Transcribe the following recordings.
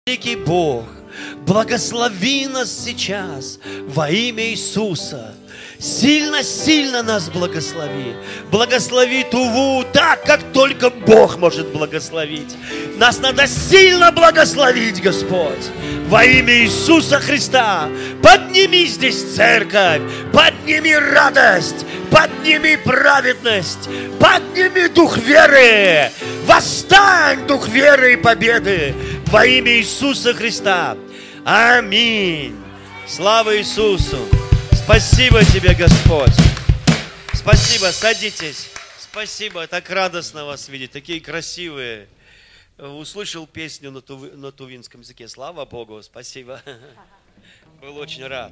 Великий Бог, благослови нас сейчас во имя Иисуса. Сильно-сильно нас благослови. Благослови Туву так, как только Бог может благословить. Нас надо сильно благословить, Господь. Во имя Иисуса Христа. Подними здесь церковь. Подними радость. Подними праведность. Подними дух веры. Восстань, дух веры и победы. Во имя Иисуса Христа. Аминь. Слава Иисусу. Спасибо тебе, Господь. Спасибо, садитесь. Спасибо, так радостно вас видеть, такие красивые. Услышал песню на тувинском языке. Слава Богу, спасибо. Был очень рад.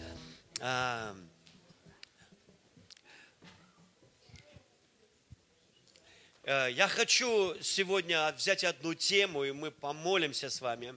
Я хочу сегодня взять одну тему, и мы помолимся с вами.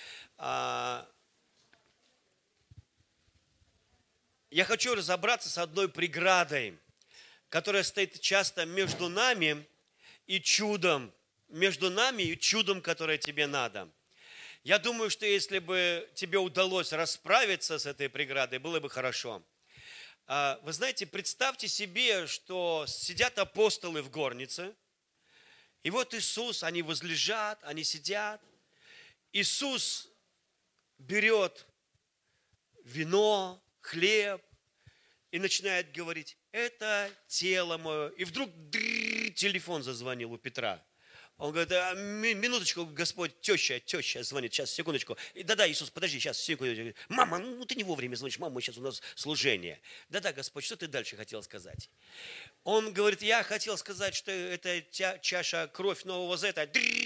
Я хочу разобраться с одной преградой, которая стоит часто между нами и чудом. Между нами и чудом, которое тебе надо. Я думаю, что если бы тебе удалось расправиться с этой преградой, было бы хорошо. Вы знаете, представьте себе, что сидят апостолы в горнице, и вот Иисус, они возлежат, они сидят. Иисус берет вино, хлеб и начинает говорить: это тело мое. И вдруг телефон зазвонил у Петра. Он говорит: минуточку, Господь, теща звонит, сейчас, секундочку. Да-да, Иисус, подожди, сейчас, секундочку. Мама, ну ты не вовремя звонишь, мама, сейчас у нас служение. Да-да, Господь, что ты дальше хотел сказать? Он говорит: я хотел сказать, что это чаша, кровь Нового Завета.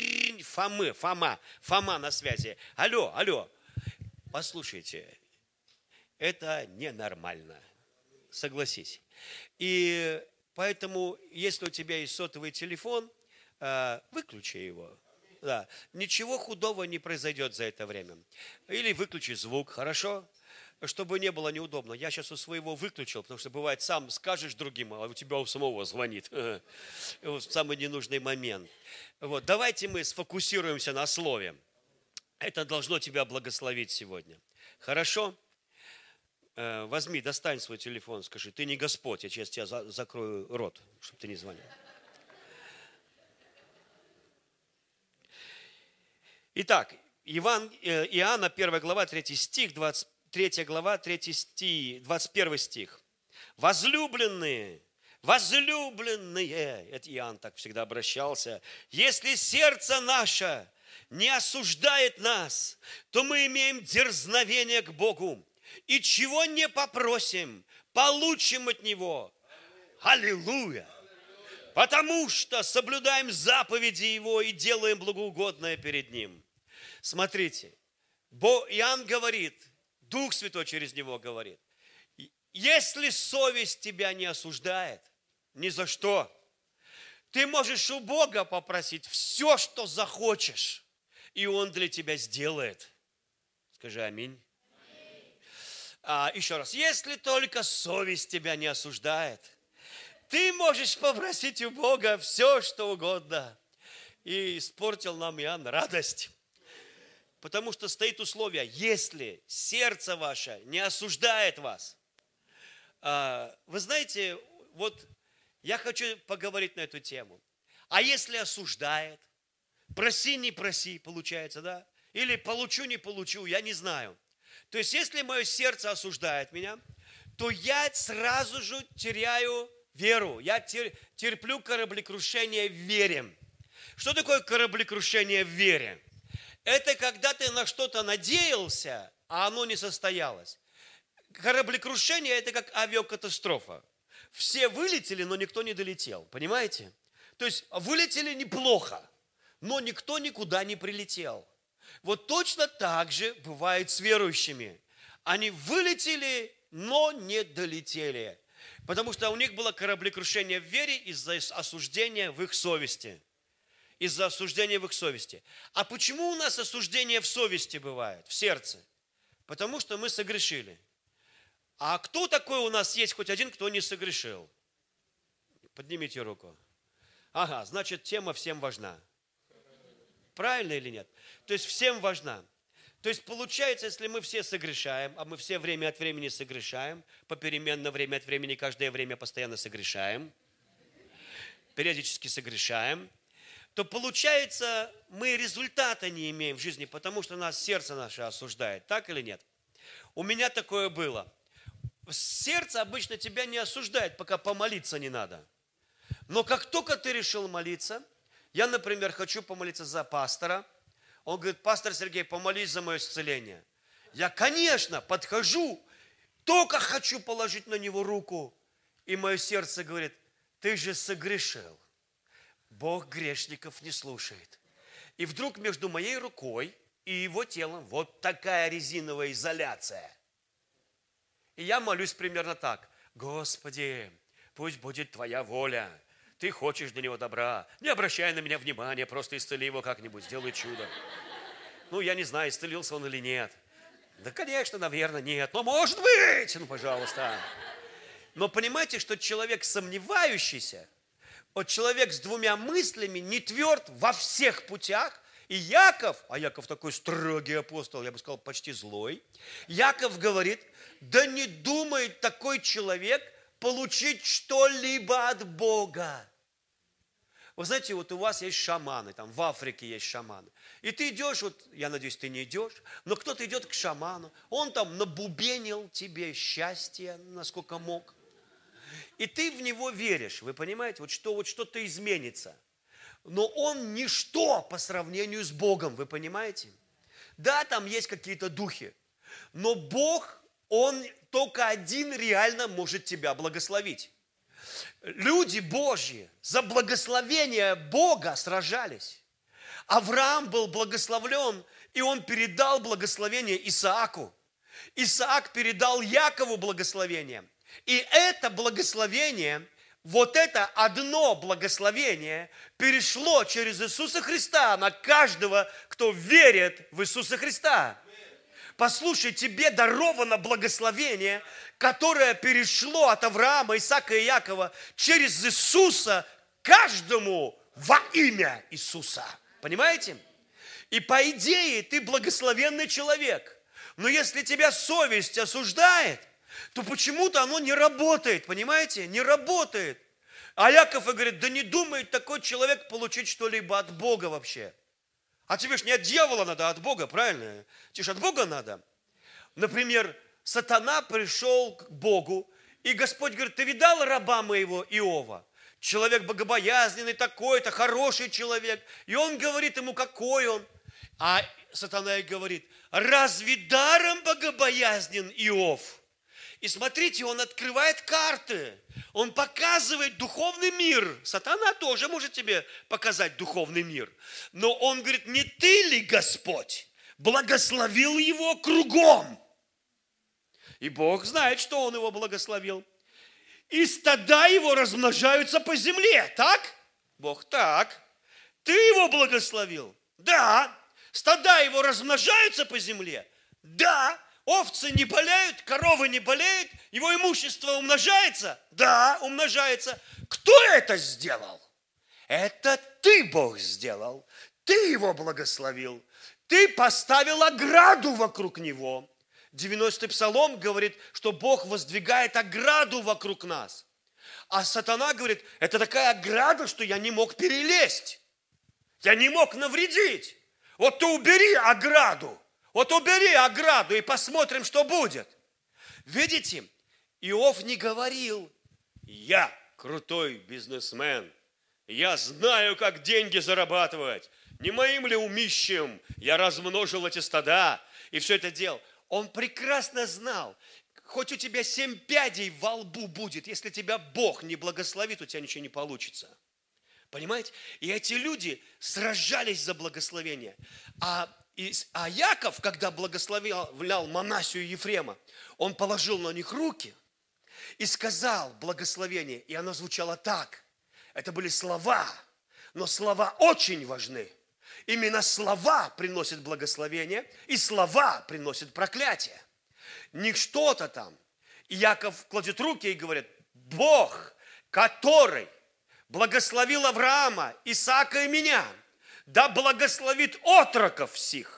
Фома на связи. Алло. Послушайте, это ненормально. Согласись. И поэтому, если у тебя есть сотовый телефон, выключи его. Да. Ничего худого не произойдет за это время. Или выключи звук, хорошо? Чтобы не было неудобно. Я сейчас у своего выключил, потому что бывает, сам скажешь другим, а у тебя у самого звонит. В самый ненужный момент. Вот. Давайте мы сфокусируемся на слове. Это должно тебя благословить сегодня. Хорошо? Возьми, достань свой телефон, скажи: ты не Господь, я сейчас тебя закрою рот, чтобы ты не звонил. Итак, Иоанна, 1 глава, 3 стих, 23 глава, 3 стих, 21 стих. Возлюбленные, это Иоанн так всегда обращался, если сердце наше не осуждает нас, то мы имеем дерзновение к Богу. И чего не попросим, получим от Него. Аллилуйя! Потому что соблюдаем заповеди Его и делаем благоугодное перед Ним. Смотрите, Иоанн говорит, Дух Святой через него говорит: если совесть тебя не осуждает, ни за что, ты можешь у Бога попросить все, что захочешь, и Он для тебя сделает. Скажи аминь. Еще раз, если только совесть тебя не осуждает, ты можешь попросить у Бога все, что угодно. И испортил нам Иоанн радость. Потому что стоит условие: если сердце ваше не осуждает вас. Вы знаете, вот я хочу поговорить на эту тему. А если осуждает? Проси, не проси, получается, да? Или получу, не получу, я не знаю. То есть, если мое сердце осуждает меня, то я сразу же теряю веру. Я терплю кораблекрушение в вере. Что такое кораблекрушение в вере? Это когда ты на что-то надеялся, а оно не состоялось. Кораблекрушение – это как авиакатастрофа. Все вылетели, но никто не долетел. Понимаете? То есть вылетели неплохо, но никто никуда не прилетел. Вот точно так же бывает с верующими. Они вылетели, но не долетели. Потому что у них было кораблекрушение в вере из-за осуждения в их совести. Из-за осуждения в их совести. А почему у нас осуждение в совести бывает, в сердце? Потому что мы согрешили. А кто такой у нас есть, хоть один, кто не согрешил? Поднимите руку. Ага, значит, тема всем важна. Правильно или нет? То есть всем важна. То есть получается, если мы все согрешаем, а мы все время от времени согрешаем, попеременно время от времени, каждое время постоянно согрешаем, периодически согрешаем, то получается, мы результата не имеем в жизни, потому что нас сердце наше осуждает. Так или нет? У меня такое было. Сердце обычно тебя не осуждает, пока помолиться не надо. Но как только ты решил молиться, я, например, хочу помолиться за пастора, он говорит: пастор Сергей, помолись за мое исцеление. Я, конечно, подхожу, только хочу положить на него руку. И мое сердце говорит: ты же согрешил. Бог грешников не слушает. И вдруг между моей рукой и его телом вот такая резиновая изоляция. И я молюсь примерно так: Господи, пусть будет Твоя воля. Ты хочешь для него добра. Не обращай на меня внимания, просто исцели его как-нибудь, сделай чудо. Ну, я не знаю, исцелился он или нет. Да, конечно, наверное, нет. Но может быть, ну, пожалуйста. Но понимаете, что человек сомневающийся, вот человек с двумя мыслями не тверд во всех путях. И Яков, а Яков такой строгий апостол, я бы сказал, почти злой, Яков говорит: да не думает такой человек получить что-либо от Бога. Вы знаете, вот у вас есть шаманы, там в Африке есть шаманы. И ты идешь, вот я надеюсь, ты не идешь, но кто-то идет к шаману, он там набубенил тебе счастье, насколько мог. И ты в него веришь, вы понимаете, вот что-то изменится. Но он ничто по сравнению с Богом, вы понимаете? Да, там есть какие-то духи, но Бог, Он только один реально может тебя благословить. Люди Божьи за благословение Бога сражались. Авраам был благословлен, и он передал благословение Исааку. Исаак передал Якову благословение. И это благословение, вот это одно благословение перешло через Иисуса Христа на каждого, кто верит в Иисуса Христа. Послушай, тебе даровано благословение, которое перешло от Авраама, Исаака и Якова через Иисуса каждому во имя Иисуса. Понимаете? И по идее ты благословенный человек. Но если тебя совесть осуждает, то почему-то оно не работает, понимаете? Не работает. А Яков и говорит: да не думает такой человек получить что-либо от Бога вообще. А тебе ж не от дьявола надо, а от Бога, правильно? Тебе ж от Бога надо. Например, сатана пришел к Богу, и Господь говорит: ты видал раба моего Иова? Человек богобоязненный такой-то, хороший человек. И он говорит ему, какой он. А сатана и говорит: разве даром богобоязнен Иов? И смотрите, он открывает карты, он показывает духовный мир. Сатана тоже может тебе показать духовный мир. Но он говорит: не ты ли, Господь, благословил его кругом? И Бог знает, что он его благословил. И стада его размножаются по земле, так? Бог: так. Ты его благословил? Да. Стада его размножаются по земле? Да. Овцы не болеют, коровы не болеют, его имущество умножается? Да, умножается. Кто это сделал? Это ты, Бог, сделал. Ты его благословил. Ты поставил ограду вокруг него. 90-й псалом говорит, что Бог воздвигает ограду вокруг нас. А сатана говорит: это такая ограда, что я не мог перелезть. Я не мог навредить. Вот ты убери ограду. Вот убери ограду и посмотрим, что будет. Видите, Иов не говорил: я крутой бизнесмен, я знаю, как деньги зарабатывать. Не моим ли умищем я размножил эти стада и все это делал. Он прекрасно знал, хоть у тебя 7 пядей во лбу будет, если тебя Бог не благословит, у тебя ничего не получится. Понимаете? И эти люди сражались за благословение. А Яков, когда благословлял Манассию и Ефрема, он положил на них руки и сказал благословение. И оно звучало так. Это были слова, но слова очень важны. Именно слова приносят благословение, и слова приносят проклятие. Не что-то там. И Яков кладет руки и говорит: Бог, который благословил Авраама, Исаака и меня, да благословит отроков всех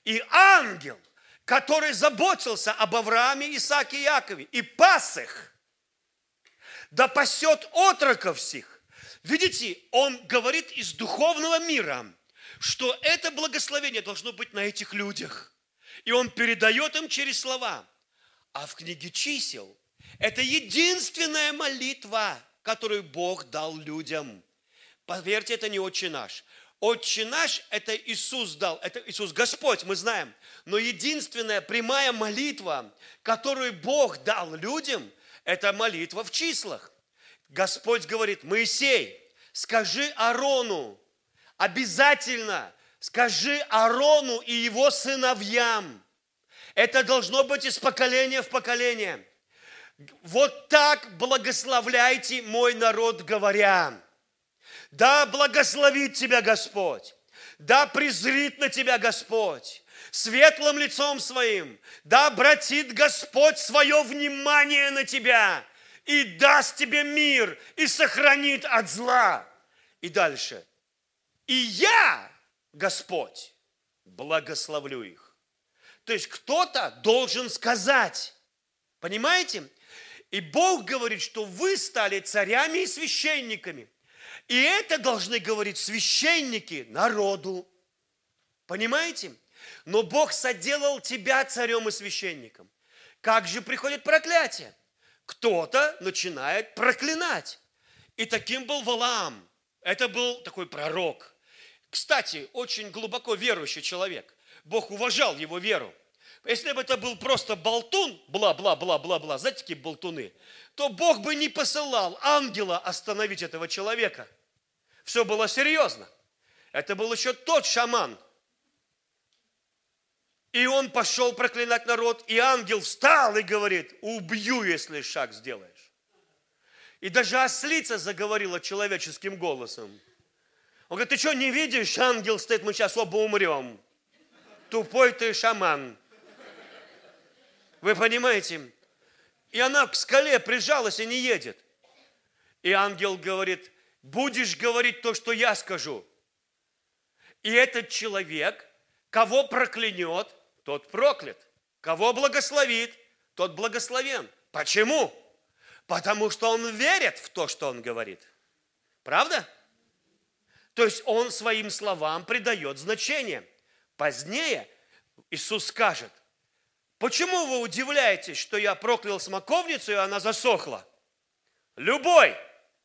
И ангел, который заботился об Аврааме, Исааке и Якове, и пас их, да пасет отроков сих. Видите, он говорит из духовного мира, что это благословение должно быть на этих людях. И он передает им через слова. А в книге чисел это единственная молитва, которую Бог дал людям. Поверьте, это не Отче наш. Отче наш, это Иисус дал, это Иисус Господь, мы знаем. Но единственная прямая молитва, которую Бог дал людям, это молитва в числах. Господь говорит: Моисей, скажи Аарону, обязательно скажи Аарону и его сыновьям. Это должно быть из поколения в поколение. Вот так благословляйте мой народ, говоря: да благословит тебя Господь, да презрит на тебя Господь светлым лицом своим, да обратит Господь свое внимание на тебя и даст тебе мир и сохранит от зла. И дальше. И я, Господь, благословлю их. То есть кто-то должен сказать. Понимаете? И Бог говорит, что вы стали царями и священниками. И это должны говорить священники народу. Понимаете? Но Бог соделал тебя царем и священником. Как же приходит проклятие? Кто-то начинает проклинать. И таким был Валаам. Это был такой пророк. Кстати, очень глубоко верующий человек. Бог уважал его веру. Если бы это был просто болтун, бла-бла-бла-бла-бла, знаете, такие болтуны, то Бог бы не посылал ангела остановить этого человека. Все было серьезно. Это был еще тот шаман. И он пошел проклинать народ, и ангел встал и говорит: убью, если шаг сделаешь. И даже ослица заговорила человеческим голосом. Он говорит: ты что, не видишь, ангел стоит, мы сейчас оба умрем. Тупой ты шаман. Вы понимаете? И она к скале прижалась и не едет. И ангел говорит: будешь говорить то, что я скажу. И этот человек, кого проклянет, тот проклят. Кого благословит, тот благословен. Почему? Потому что он верит в то, что он говорит. Правда? То есть он своим словам придает значение. Позднее Иисус скажет: почему вы удивляетесь, что я проклял смоковницу, и она засохла? Любой,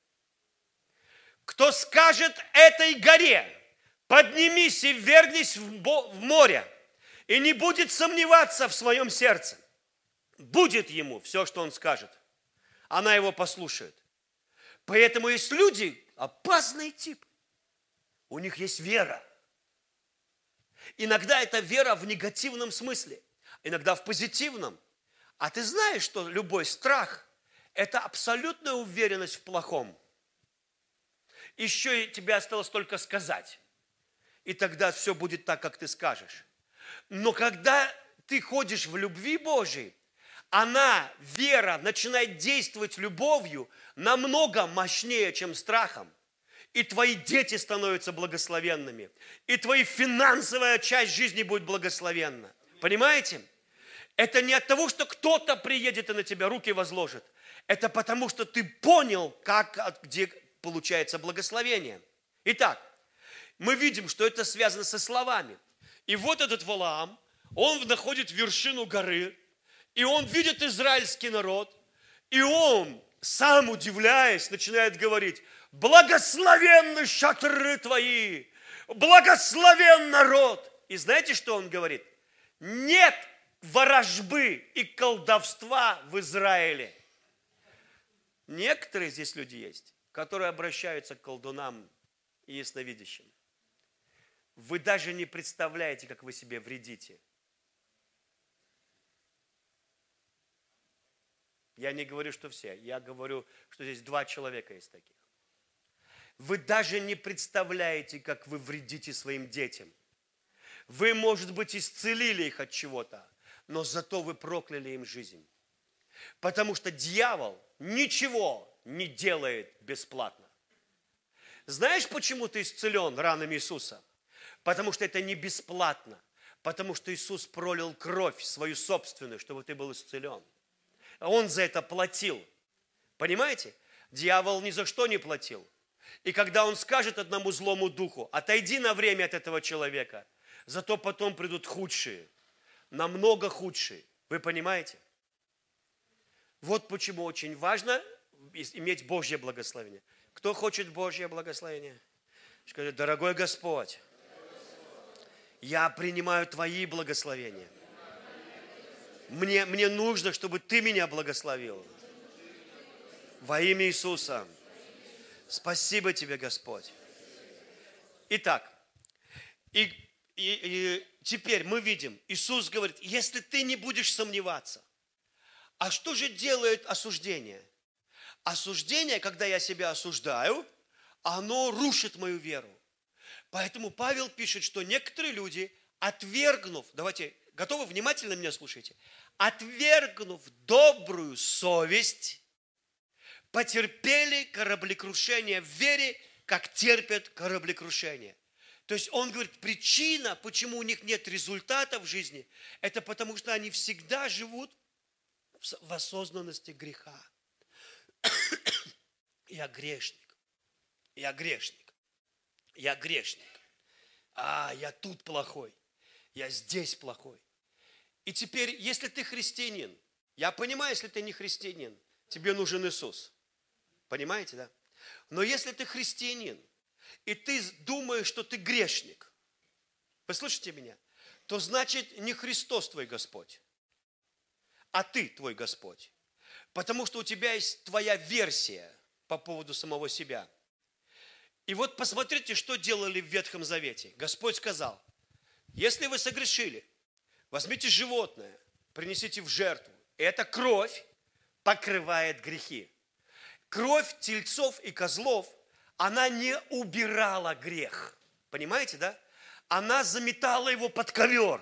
кто скажет этой горе: поднимись и ввергнись в море, и не будет сомневаться в своем сердце, будет ему все, что он скажет. Она его послушает. Поэтому есть люди, опасный тип. У них есть вера. Иногда это вера в негативном смысле, иногда в позитивном. А ты знаешь, что любой страх – это абсолютная уверенность в плохом. Еще и тебе осталось только сказать. И тогда все будет так, как ты скажешь. Но когда ты ходишь в любви Божией, вера, начинает действовать любовью намного мощнее, чем страхом. И твои дети становятся благословенными. И твоя финансовая часть жизни будет благословенна. Понимаете? Это не от того, что кто-то приедет и на тебя руки возложит. Это потому, что ты понял, где получается благословение. Итак, мы видим, что это связано со словами. И вот этот Валаам, он находит вершину горы, и он видит израильский народ, и он, сам удивляясь, начинает говорить: благословенны шатры твои, благословен народ. И знаете, что он говорит? Нет ворожбы и колдовства в Израиле. Некоторые здесь люди есть, которые обращаются к колдунам и ясновидящим. Вы даже не представляете, как вы себе вредите. Я не говорю, что все. Я говорю, что здесь 2 человека есть таких. Вы даже не представляете, как вы вредите своим детям. Вы, может быть, исцелили их от чего-то, но зато вы прокляли им жизнь. Потому что дьявол ничего не делает бесплатно. Знаешь, почему ты исцелен ранами Иисуса? Потому что это не бесплатно. Потому что Иисус пролил кровь свою собственную, чтобы ты был исцелен. Он за это платил. Понимаете? Дьявол ни за что не платил. И когда он скажет одному злому духу: отойди на время от этого человека, зато потом придут худшие, намного худшие. Вы понимаете? Вот почему очень важно иметь Божье благословение. Кто хочет Божье благословение? Скажи: дорогой Господь, я принимаю Твои благословения. Мне нужно, чтобы Ты меня благословил. Во имя Иисуса. Спасибо Тебе, Господь. Итак, и теперь мы видим, Иисус говорит: если ты не будешь сомневаться. А что же делает осуждение? Осуждение, когда я себя осуждаю, оно рушит мою веру. Поэтому Павел пишет, что некоторые люди, отвергнув, давайте, готовы, внимательно меня слушайте, отвергнув добрую совесть, потерпели кораблекрушение в вере, как терпят кораблекрушение. То есть он говорит, причина, почему у них нет результата в жизни, это потому что они всегда живут в осознанности греха. Я грешник. Я грешник. Я грешник. Я тут плохой. Я здесь плохой. И теперь, если ты христианин, я понимаю, если ты не христианин, тебе нужен Иисус. Понимаете, да? Но если ты христианин, и ты думаешь, что ты грешник, вы слышите меня? То значит, не Христос твой Господь, а ты твой Господь. Потому что у тебя есть твоя версия по поводу самого себя. И вот посмотрите, что делали в Ветхом Завете. Господь сказал: если вы согрешили, возьмите животное, принесите в жертву. И эта кровь покрывает грехи. Кровь тельцов и козлов, она не убирала грех. Понимаете, да? Она заметала его под ковер.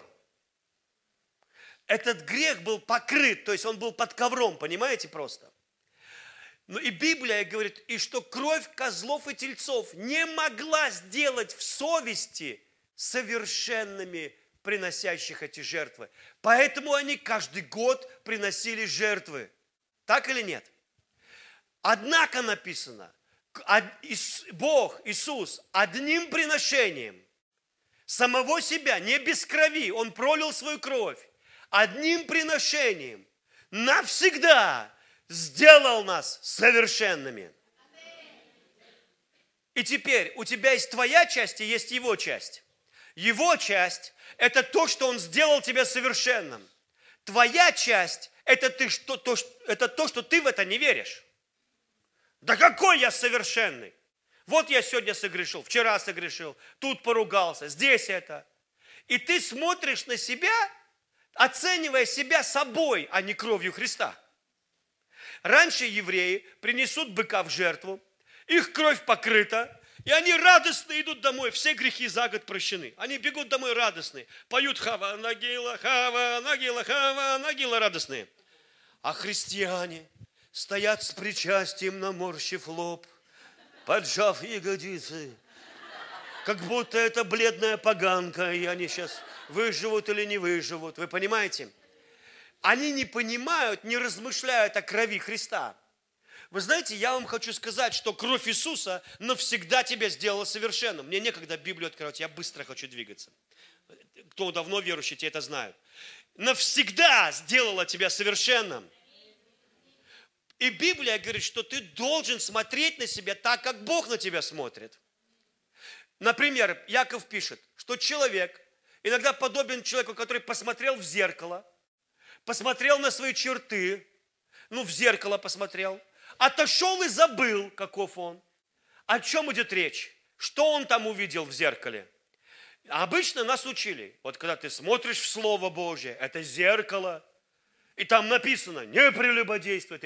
Этот грех был покрыт, то есть он был под ковром, понимаете просто? Ну и Библия говорит, и что кровь козлов и тельцов не могла сделать в совести совершенными приносящих эти жертвы. Поэтому они каждый год приносили жертвы. Так или нет? Однако написано, Бог, Иисус, одним приношением самого себя, не без крови, Он пролил свою кровь, одним приношением навсегда сделал нас совершенными. И теперь у тебя есть твоя часть и есть Его часть. Его часть – это то, что Он сделал тебя совершенным. Твоя часть – это то, что ты в это не веришь. Да какой я совершенный? Вот я сегодня согрешил, вчера согрешил, тут поругался, здесь это. И ты смотришь на себя, оценивая себя собой, а не кровью Христа. Раньше евреи принесут быка в жертву, их кровь покрыта, и они радостно идут домой, все грехи за год прощены. Они бегут домой радостные, поют Хава Нагила, Хава Нагила, Хава Нагила радостные. А христиане стоят с причастием, наморщив лоб, поджав ягодицы, как будто это бледная поганка, и они сейчас выживут или не выживут. Вы понимаете? Они не понимают, не размышляют о крови Христа. Вы знаете, я вам хочу сказать, что кровь Иисуса навсегда тебя сделала совершенным. Мне некогда Библию открывать, я быстро хочу двигаться. Кто давно верующий, те это знают. Навсегда сделала тебя совершенным. И Библия говорит, что ты должен смотреть на себя так, как Бог на тебя смотрит. Например, Яков пишет, что человек иногда подобен человеку, который посмотрел в зеркало, посмотрел на свои черты, в зеркало посмотрел, отошел и забыл, каков он. О чем идет речь? Что он там увидел в зеркале? Обычно нас учили, вот когда ты смотришь в Слово Божье, это зеркало, и там написано, не прелюбодействуй.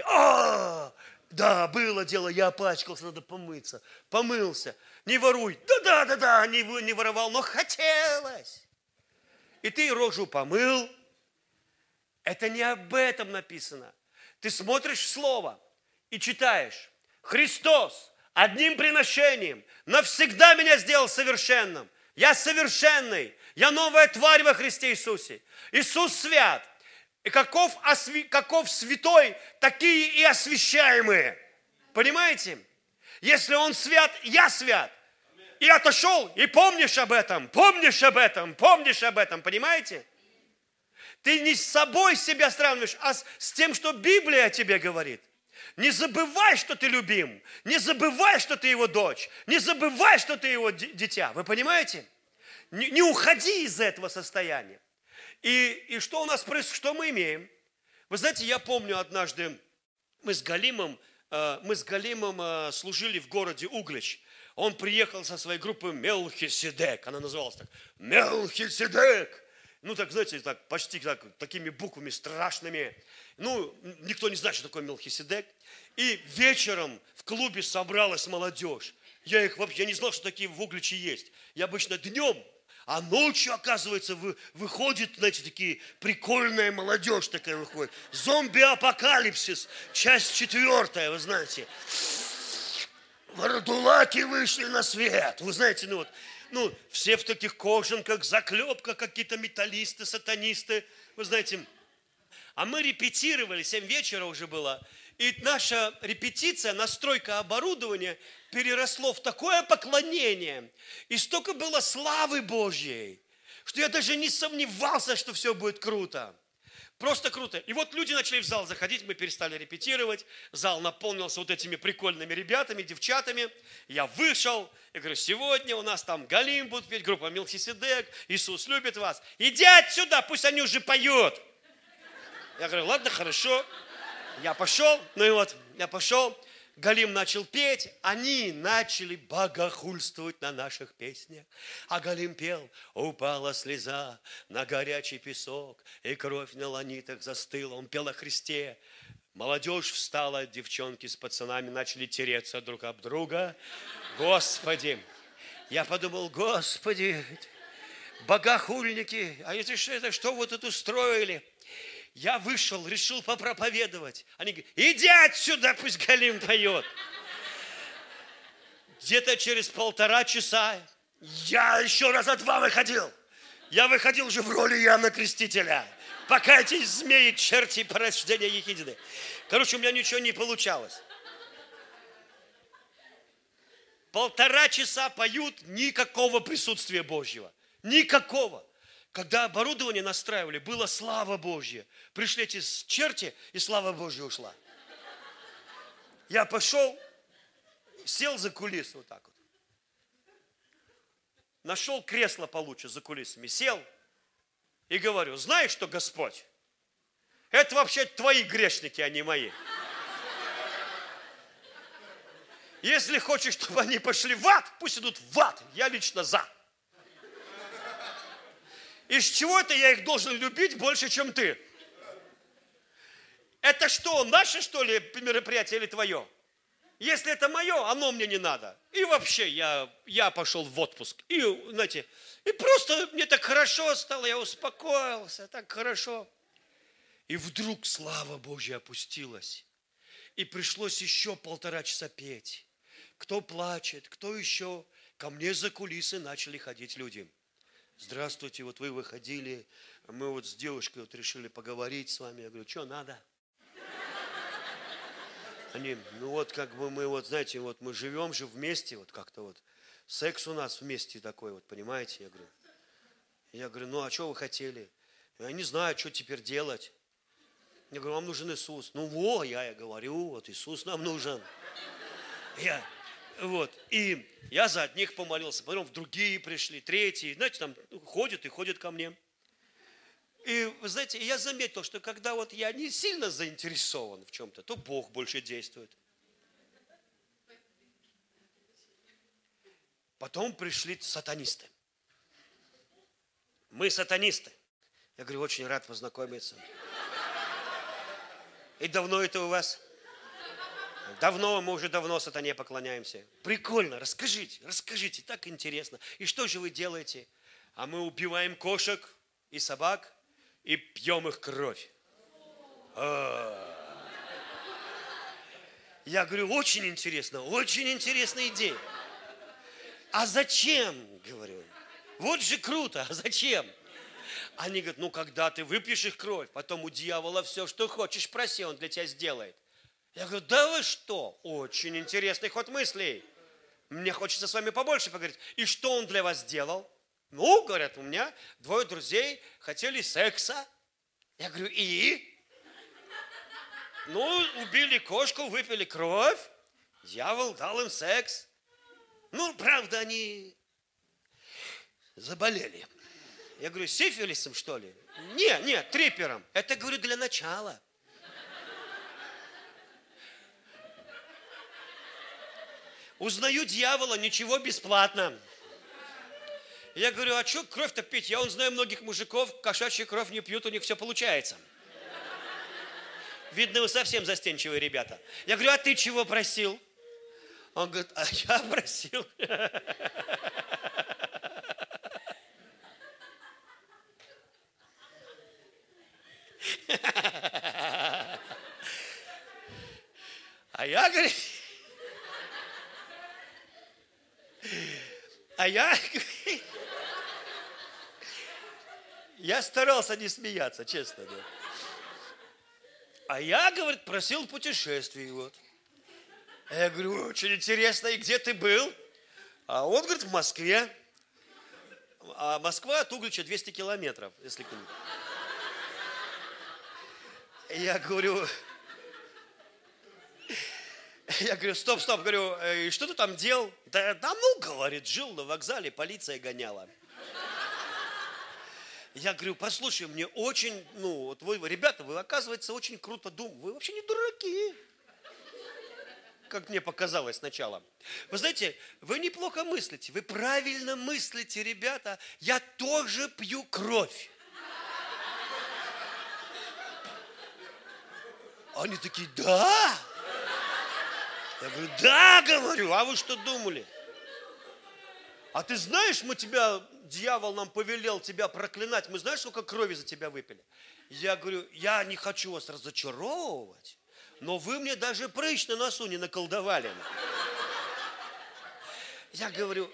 Да, было дело, я опачкался, надо помыться. Помылся, не воруй. Да, не воровал, но хотелось. И ты рожу помыл. Это не об этом написано. Ты смотришь в Слово и читаешь. Христос одним приношением навсегда меня сделал совершенным. Я совершенный. Я новая тварь во Христе Иисусе. Иисус свят. И каков святой, такие и освящаемые. Понимаете? Если Он свят, я свят. И отошел, и помнишь об этом, помнишь об этом, помнишь об этом. Понимаете? Ты не с собой себя сравниваешь, а с тем, что Библия о тебе говорит. Не забывай, что ты любим. Не забывай, что ты его дочь. Не забывай, что ты его дитя. Вы понимаете? Не уходи из этого состояния. И что у нас происходит? Что мы имеем? Вы знаете, я помню однажды, мы с Галимом служили в городе Углич. Он приехал со своей группой Мелхиседек. Она называлась так. Мелхиседек. Ну, так, знаете, так, почти так, такими буквами страшными. Ну, никто не знает, что такое Мелхиседек. И вечером в клубе собралась молодежь. Я не знал, что такие в Угличе есть. Я обычно днем, а ночью, оказывается, выходит, знаете, такие прикольная молодежь такая выходит. Зомби-апокалипсис, часть 4, вы знаете. Вардулаки вышли на свет. Вы знаете, все в таких кожанках, заклепках, какие-то металлисты, сатанисты. Вы знаете, а мы репетировали, 7 вечера уже было. И наша репетиция, настройка оборудования переросло в такое поклонение. И столько было славы Божьей, что я даже не сомневался, что все будет круто. Просто круто. И вот люди начали в зал заходить, мы перестали репетировать. Зал наполнился вот этими прикольными ребятами, девчатами. Я вышел, я говорю, сегодня у нас там Галим будет петь, группа Мелхиседек, Иисус любит вас. Иди отсюда, пусть они уже поют. Я говорю, ладно, хорошо. Я пошел, я пошел. Галим начал петь, они начали богохульствовать на наших песнях. А Галим пел, упала слеза на горячий песок, и кровь на ланитах застыла. Он пел о Христе. Молодежь встала, девчонки с пацанами начали тереться друг об друга. Господи, я подумал, Господи, богохульники, а это что вы тут устроили? Я вышел, решил попроповедовать. Они говорят, иди отсюда, пусть Галим поет. Где-то через 1,5 часа я еще раза 2 выходил. Я выходил уже в роли Иоанна Крестителя. Покайтесь, змеи, черти, порождения ехидны. Короче, у меня ничего не получалось. 1,5 часа поют, никакого присутствия Божьего. Никакого. Когда оборудование настраивали, была слава Божья. Пришли эти черти, и слава Божья ушла. Я пошел, сел за кулисы вот так вот. Нашел кресло получше за кулисами, сел и говорю, знаешь что, Господь, это вообще твои грешники, а не мои. Если хочешь, чтобы они пошли в ад, пусть идут в ад. Я лично за. Из чего это я их должен любить больше, чем ты? Это что, наше, что ли, мероприятие или твое? Если это мое, оно мне не надо. И вообще, я пошел в отпуск. И, знаете, и просто мне так хорошо стало, я успокоился, так хорошо. И вдруг слава Божья опустилась. И пришлось еще 1,5 часа петь. Кто плачет, кто еще. Ко мне за кулисы начали ходить люди. Здравствуйте, вот вы выходили, мы вот с девушкой вот решили поговорить с вами. Я говорю, что надо? Они, как бы мы вот, знаете, вот мы живем же вместе, вот как-то вот. Секс у нас вместе такой, вот, понимаете? Я говорю, а что вы хотели? Я не знаю, что теперь делать. Я говорю, вам нужен Иисус. Я говорю, вот Иисус нам нужен. И я за одних помолился, потом другие пришли, третьи, знаете, там ходят ко мне. И, вы знаете, я заметил, что когда вот я не сильно заинтересован в чем-то, то Бог больше действует. Потом пришли сатанисты. Мы сатанисты. Я говорю, очень рад познакомиться. И давно это у вас? Давно, мы уже давно сатане поклоняемся. Прикольно, расскажите, так интересно. И что же вы делаете? А мы убиваем кошек и собак и пьем их кровь. Я говорю, очень интересная идея. А зачем, говорю? Вот же круто, а зачем? Они говорят, ну когда ты выпьешь их кровь, потом у дьявола все, что хочешь, проси, он для тебя сделает. Я говорю, да вы что? Очень интересный ход мыслей. Мне хочется с вами побольше поговорить. И что он для вас сделал? Ну, говорят, у меня 2 друзей хотели секса. Я говорю, и? Ну, убили кошку, выпили кровь. Дьявол дал им секс. Ну, правда, они заболели. Я говорю, сифилисом, что ли? Нет, трипером. Это, говорю, для начала. Узнаю дьявола, ничего, бесплатно. Я говорю, а что кровь-то пить? Я знаю многих мужиков, кошачью кровь не пьют, у них все получается. Видно, вы совсем застенчивые ребята. Я говорю, а ты чего просил? Он говорит, а я просил. А я, говорит, я старался не смеяться, честно. Да. А я, говорит, просил путешествий. Вот. Я говорю, очень интересно, и где ты был? А он, говорит, в Москве. А Москва от Углича 200 километров, если кто-нибудь. Я говорю, стоп, говорю, и что ты там делал? Да, ну, говорит, жил на вокзале, полиция гоняла. Я говорю, послушай, мне очень, вот вы, ребята, вы, оказывается, очень круто думаете. Вы вообще не дураки, как мне показалось сначала. Вы знаете, вы неплохо мыслите, вы правильно мыслите, ребята. Я тоже пью кровь. Они такие, да? Я говорю, да, говорю, а вы что думали? А ты знаешь, дьявол нам повелел тебя проклинать. Мы знаешь, сколько крови за тебя выпили? Я говорю, я не хочу вас разочаровывать, но вы мне даже прыщ на носу не наколдовали. Я говорю,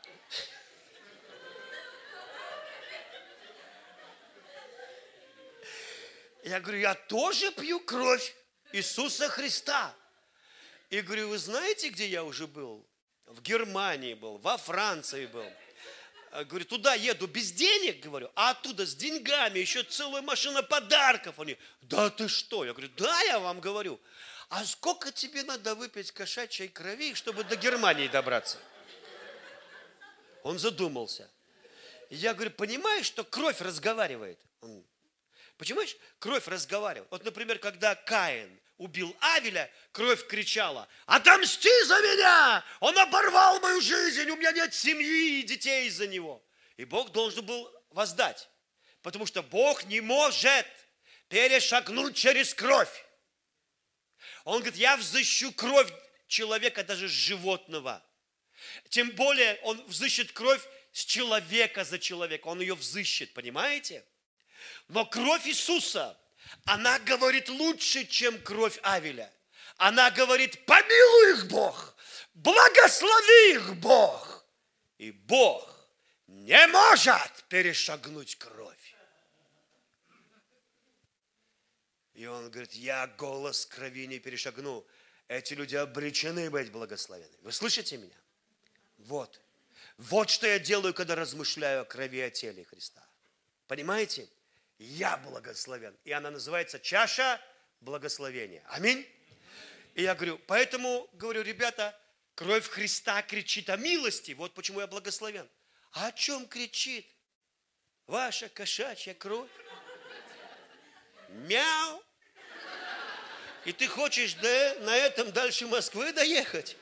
я тоже пью кровь Иисуса Христа. И говорю, вы знаете, где я уже был? В Германии был, во Франции был. Говорю, туда еду без денег, говорю, а оттуда с деньгами, еще целая машина подарков. Они, да ты что? Я говорю, да, я вам говорю. А сколько тебе надо выпить кошачьей крови, чтобы до Германии добраться? Он задумался. Я говорю, понимаешь, что кровь разговаривает? Он, понимаешь, кровь разговаривает. Вот, например, когда Каин убил Авеля, кровь кричала, отомсти за меня! Он оборвал мою жизнь, у меня нет семьи и детей из-за него. И Бог должен был воздать, потому что Бог не может перешагнуть через кровь. Он говорит, я взыщу кровь человека, даже животного. Тем более он взыщет кровь с человека за человека, он ее взыщет, понимаете? Но кровь Иисуса, она говорит лучше, чем кровь Авеля. Она говорит, помилуй их Бог, благослови их Бог. И Бог не может перешагнуть кровь. И он говорит, я голос крови не перешагну. Эти люди обречены быть благословены. Вы слышите меня? Вот что я делаю, когда размышляю о крови и о теле Христа. Понимаете? Я благословен. И она называется чаша благословения. Аминь. И я говорю, поэтому, говорю, ребята, кровь Христа кричит о милости. Вот почему я благословен. А о чем кричит ваша кошачья кровь? Мяу. И ты хочешь на этом дальше Москвы доехать?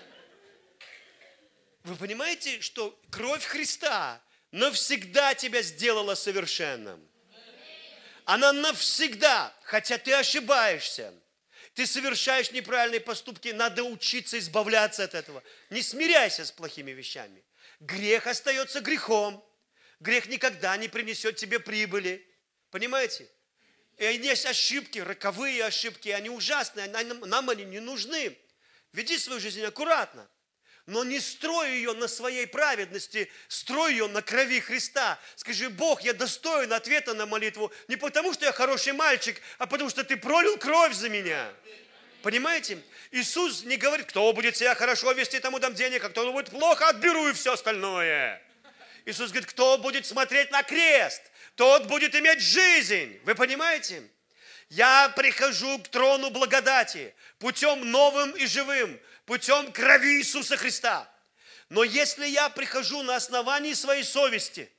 Вы понимаете, что кровь Христа навсегда тебя сделала совершенным? Она навсегда, хотя ты ошибаешься, ты совершаешь неправильные поступки, надо учиться избавляться от этого. Не смиряйся с плохими вещами. Грех остается грехом. Грех никогда не принесет тебе прибыли. Понимаете? И есть ошибки, роковые ошибки, они ужасные, нам они не нужны. Веди свою жизнь аккуратно. Но не строй ее на своей праведности, строй ее на крови Христа. Скажи: Бог, я достоин ответа на молитву не потому, что я хороший мальчик, а потому, что Ты пролил кровь за меня. Понимаете? Иисус не говорит: кто будет себя хорошо вести, тому дам денег, а кто будет плохо, отберу и все остальное. Иисус говорит: кто будет смотреть на крест, тот будет иметь жизнь. Вы понимаете? Я прихожу к трону благодати путем новым и живым, путем крови Иисуса Христа. Но если я прихожу на основании своей совести,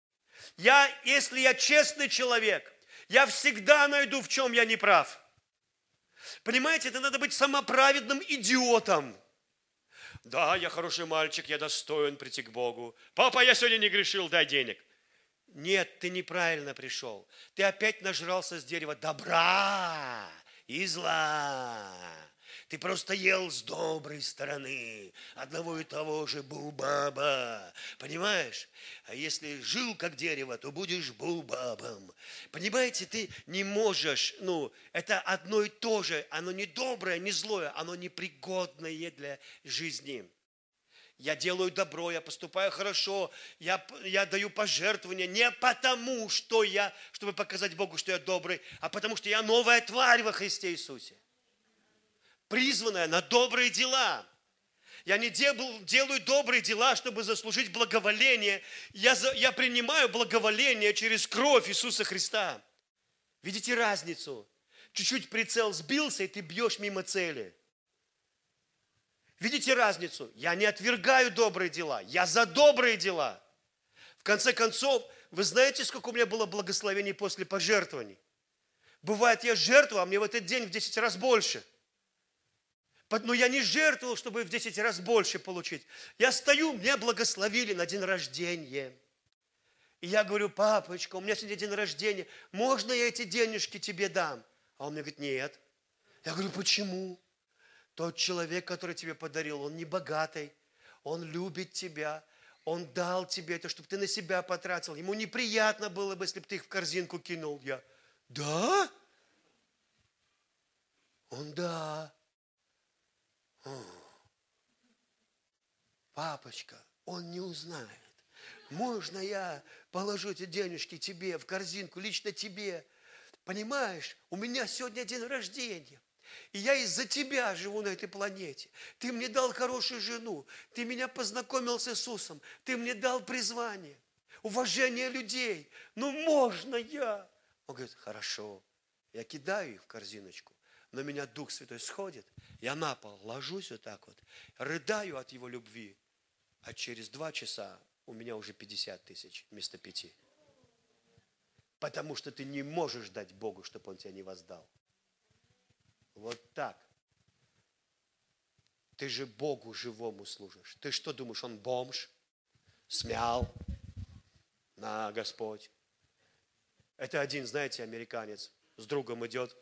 если я честный человек, я всегда найду, в чем я не прав. Понимаете, это надо быть самоправедным идиотом. Да, я хороший мальчик, я достоин прийти к Богу. Папа, я сегодня не грешил, дай денег. Нет, ты неправильно пришел. Ты опять нажрался с дерева добра и зла. Ты просто ел с доброй стороны одного и того же булбаба. Понимаешь? А если жил как дерево, то будешь булбабом. Понимаете, ты не можешь, это одно и то же. Оно не доброе, не злое, оно непригодное для жизни. Я делаю добро, я поступаю хорошо, я даю пожертвования не потому, чтобы показать Богу, что я добрый, а потому, что я новая тварь во Христе Иисусе. Призванная на добрые дела. Я не делаю добрые дела, чтобы заслужить благоволение. Я принимаю благоволение через кровь Иисуса Христа. Видите разницу? Чуть-чуть прицел сбился, и ты бьешь мимо цели. Видите разницу? Я не отвергаю добрые дела, я за добрые дела. В конце концов, вы знаете, сколько у меня было благословений после пожертвований? Бывает, я жертвую, а мне в этот день в 10 раз больше. Но я не жертвовал, чтобы в 10 раз больше получить. Я стою, меня благословили на день рождения. И я говорю: папочка, у меня сегодня день рождения, можно я эти денежки тебе дам? А он мне говорит: нет. Я говорю: почему? Тот человек, который тебе подарил, он не богатый, он любит тебя, он дал тебе это, чтобы ты на себя потратил. Ему неприятно было бы, если бы ты их в корзинку кинул. Я: да? Он: да. Папочка, он не узнает. Можно я положу эти денежки тебе в корзинку, лично тебе? Понимаешь, у меня сегодня день рождения. И я из-за тебя живу на этой планете. Ты мне дал хорошую жену. Ты меня познакомил с Иисусом. Ты мне дал призвание, уважение людей. Можно я? Он говорит: хорошо. Я кидаю их в корзиночку. Но меня Дух Святой сходит. Я на пол ложусь вот так вот. Рыдаю от Его любви. А через 2 часа у меня уже 50 тысяч вместо 5. Потому что ты не можешь дать Богу, чтобы Он тебя не воздал. Вот так. Ты же Богу живому служишь. Ты что думаешь, он бомж? Смял? На, Господь. Это один, знаете, американец с другом идет.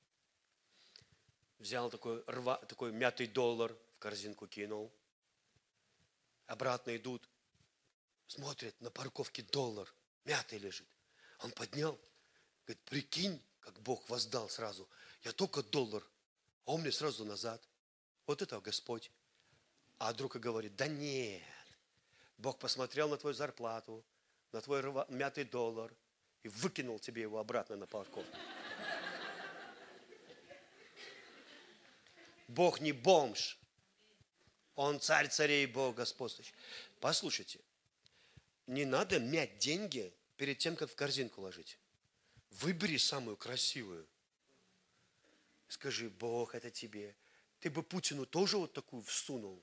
Взял такой мятый доллар, в корзинку кинул. Обратно идут. Смотрят, на парковке доллар мятый лежит. Он поднял. Говорит: прикинь, как Бог воздал сразу. Я только доллар, а он мне сразу назад. Вот это Господь. А друг и говорит: да нет. Бог посмотрел на твою зарплату, на твой мятый доллар и выкинул тебе его обратно на парковку. Бог не бомж. Он царь царей и Бог господствующий. Послушайте, не надо мять деньги перед тем, как в корзинку ложить. Выбери самую красивую. Скажи: Бог, это тебе. Ты бы Путину тоже вот такую всунул.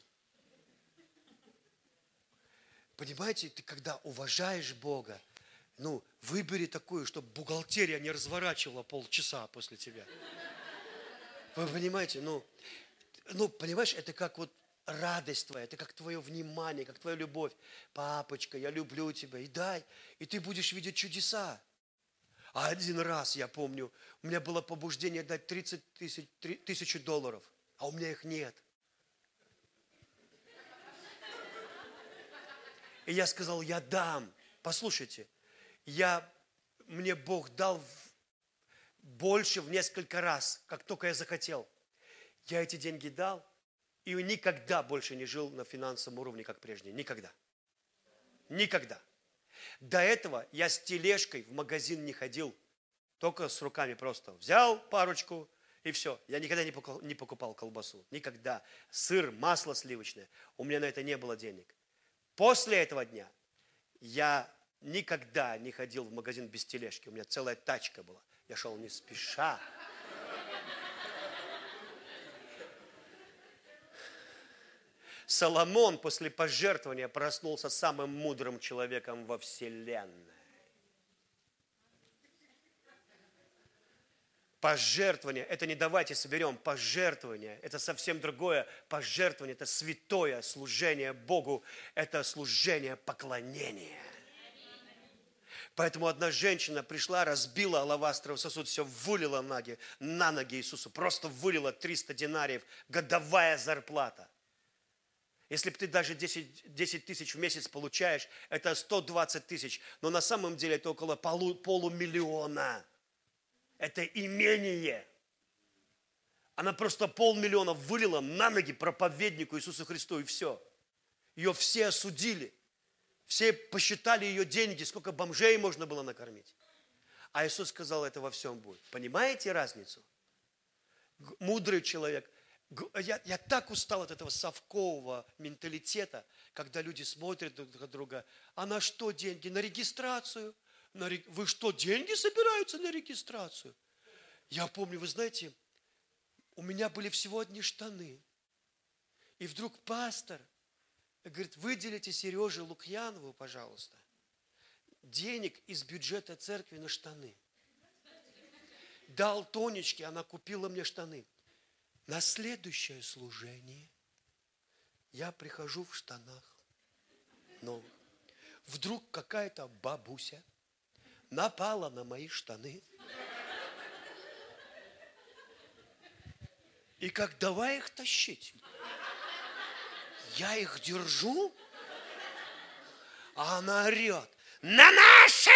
Понимаете, ты когда уважаешь Бога, выбери такую, чтобы бухгалтерия не разворачивала полчаса после тебя. Вы понимаете, понимаешь, это как вот радость твоя, это как твое внимание, как твоя любовь. Папочка, я люблю тебя, и дай, и ты будешь видеть чудеса. А один раз, я помню, у меня было побуждение дать 30 тысяч долларов, а у меня их нет. И я сказал: я дам. Послушайте, мне Бог дал больше в несколько раз, как только я захотел. Я эти деньги дал, И никогда больше не жил на финансовом уровне, как прежде. Никогда. Никогда. До этого я с тележкой в магазин не ходил. Только с руками просто. Взял парочку и все. Я никогда не покупал колбасу. Никогда. Сыр, масло сливочное. У меня на это не было денег. После этого дня я никогда не ходил в магазин без тележки. У меня целая тачка была. Я шел не спеша. Соломон после пожертвования проснулся самым мудрым человеком во вселенной. Пожертвование, это не давайте соберем, пожертвование, это совсем другое. Пожертвование, это святое служение Богу, это служение поклонения. Поэтому одна женщина пришла, разбила алавастровый сосуд, все вылила на ноги Иисусу, просто вылила 300 динариев, годовая зарплата. Если бы ты даже 10 тысяч в месяц получаешь, это 120 тысяч, но на самом деле это около полумиллиона. Это имение. Она просто 500 000 вылила на ноги проповеднику Иисусу Христу, и все. Ее все осудили. Все посчитали ее деньги, сколько бомжей можно было накормить. А Иисус сказал, это во всем будет. Понимаете разницу? Мудрый человек. Я так устал от этого совкового менталитета, когда люди смотрят друг на друга. А на что деньги? На регистрацию? Вы что, деньги собираются на регистрацию? Я помню, вы знаете, у меня были всего одни штаны. И вдруг пастор говорит, выделите Сереже Лукьянову, пожалуйста, денег из бюджета церкви на штаны. Дал Тонечке, она купила мне штаны. На следующее служение я прихожу в штанах. Но вдруг какая-то бабуся напала на мои штаны. И как давай их тащить. Я их держу, а она орет. На наши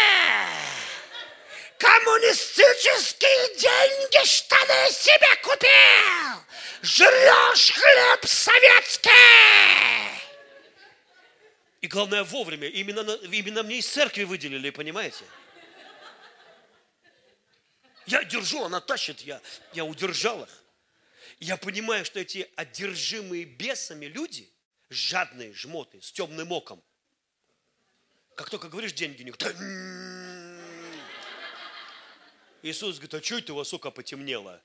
коммунистические деньги штаны себе купил! Жрешь хлеб советский! И главное вовремя. Именно мне из церкви выделили, понимаете? Я держу, она тащит, я удержал их. Я понимаю, что эти одержимые бесами люди, жадные, жмоты, с темным оком, как только говоришь деньги, у них... Иисус говорит, а что это у вас око потемнело?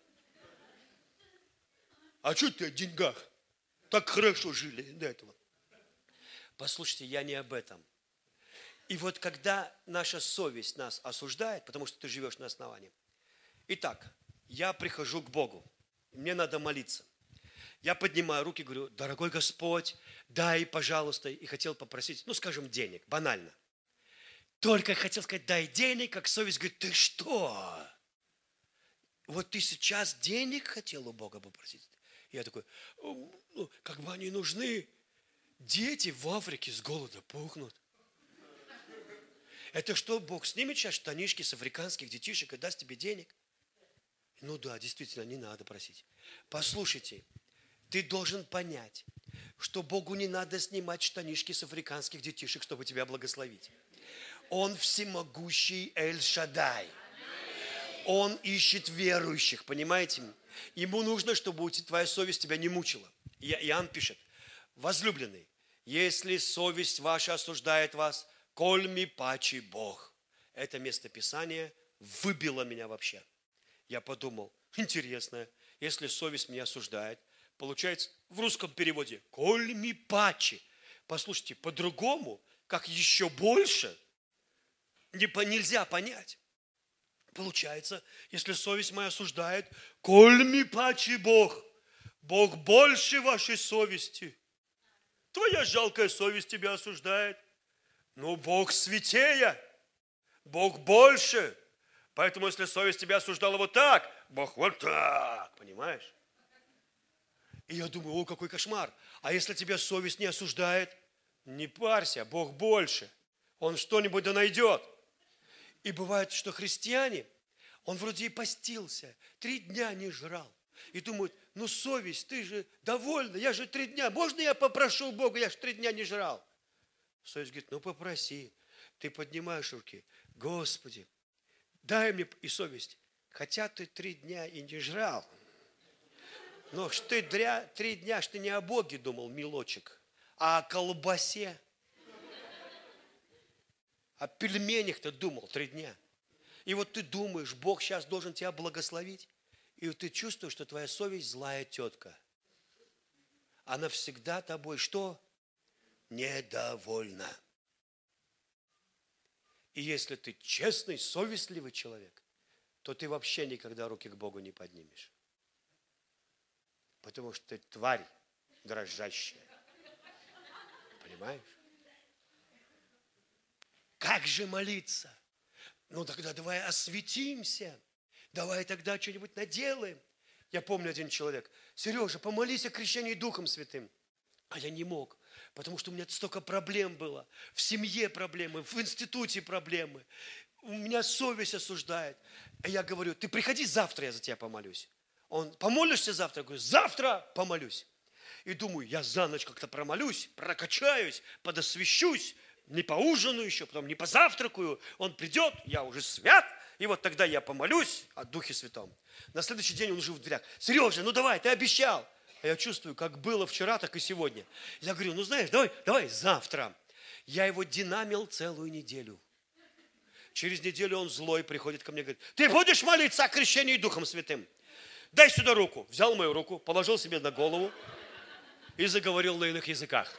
А что ты о деньгах? Так хорошо жили до этого. Послушайте, я не об этом. И вот когда наша совесть нас осуждает, потому что ты живешь на основании. Итак, я прихожу к Богу. Мне надо молиться. Я поднимаю руки, говорю, дорогой Господь, дай, пожалуйста, и хотел попросить, скажем, денег, банально. Только хотел сказать, дай денег, как совесть говорит, ты что? Вот ты сейчас денег хотел у Бога попросить? Я такой, как бы они нужны. Дети в Африке с голода пухнут. Это что, Бог снимет сейчас штанишки с африканских детишек и даст тебе денег? Ну да, действительно, не надо просить. Послушайте, ты должен понять, что Богу не надо снимать штанишки с африканских детишек, чтобы тебя благословить. Он всемогущий Эль-Шадай. Он ищет верующих, понимаете? Ему нужно, чтобы твоя совесть тебя не мучила. Иоанн пишет, возлюбленный, если совесть ваша осуждает вас, коль ми пачи Бог. Это местописание выбило меня вообще. Я подумал, интересно, если совесть меня осуждает, получается в русском переводе коль ми пачи. Послушайте, по-другому, как еще больше, нельзя понять. Получается, если совесть моя осуждает, коль ми пачи Бог, Бог больше вашей совести. Твоя жалкая совесть тебя осуждает. Но Бог святее, Бог больше. Поэтому, если совесть тебя осуждала вот так, Бог вот так, понимаешь? И я думаю, какой кошмар. А если тебя совесть не осуждает, не парься, Бог больше. Он что-нибудь да найдет. И бывает, что христиане, он вроде и постился, 3 дня не жрал, И думают, ну совесть, ты же довольна, я же 3 дня, можно я попрошу Бога, я же 3 дня не жрал? Совесть говорит, ну попроси. Ты поднимаешь руки, Господи, дай мне, и совесть, хотя ты 3 дня и не жрал, но ж ты 3 дня, ж ты не о Боге думал, милочек, а о колбасе, о пельменях-то думал 3 дня. И вот ты думаешь, Бог сейчас должен тебя благословить, и вот ты чувствуешь, что твоя совесть злая тетка. Она всегда тобой что? Недовольна. И если ты честный, совестливый человек, то ты вообще никогда руки к Богу не поднимешь. Потому что ты тварь дрожащая. Понимаешь? Как же молиться? Ну тогда давай осветимся. Давай тогда что-нибудь наделаем. Я помню один человек. Сережа, помолись о крещении Духом Святым. А я не мог, потому что у меня столько проблем было. В семье проблемы, в институте проблемы. У меня совесть осуждает. А я говорю, ты приходи завтра, я за тебя помолюсь. Он, помолишься завтра? Я говорю, завтра помолюсь. И думаю, я за ночь как-то промолюсь, прокачаюсь, подосвящусь, не поужинаю еще, потом не позавтракаю. Он придет, я уже свят, и вот тогда я помолюсь о Духе Святом. На следующий день он уже в дверях. Сережа, ну давай, ты обещал. А я чувствую, как было вчера, так и сегодня. Я говорю, ну знаешь, давай завтра. Я его динамил целую неделю. Через неделю он злой приходит ко мне и говорит, ты будешь молиться о крещении Духом Святым? Дай сюда руку. Взял мою руку, положил себе на голову и заговорил на иных языках.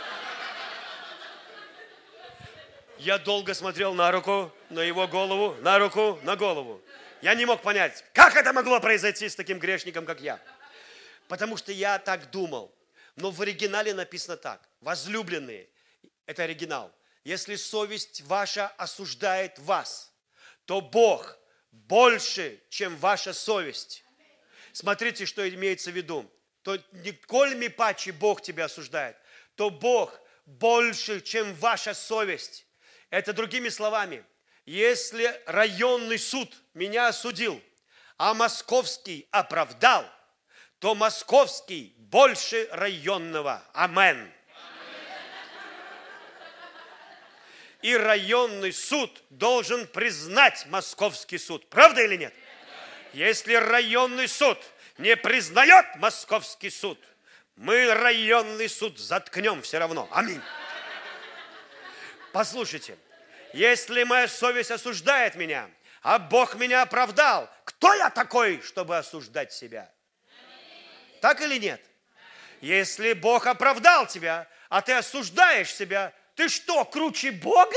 Я долго смотрел на руку, на его голову, на руку, на голову. Я не мог понять, как это могло произойти с таким грешником, как я. Потому что я так думал. Но в оригинале написано так. Возлюбленные, это оригинал. Если совесть ваша осуждает вас, то Бог больше, чем ваша совесть. Смотрите, что имеется в виду. То николь ми паче Бог тебя осуждает, то Бог больше, чем ваша совесть. Это другими словами. Если районный суд меня осудил, а московский оправдал, то московский больше районного. Амен. И районный суд должен признать московский суд. Правда или нет? Если районный суд не признает московский суд, мы районный суд заткнем все равно. Аминь. Послушайте, если моя совесть осуждает меня, а Бог меня оправдал, кто я такой, чтобы осуждать себя? Так или нет? Если Бог оправдал тебя, а ты осуждаешь себя, ты что, круче Бога?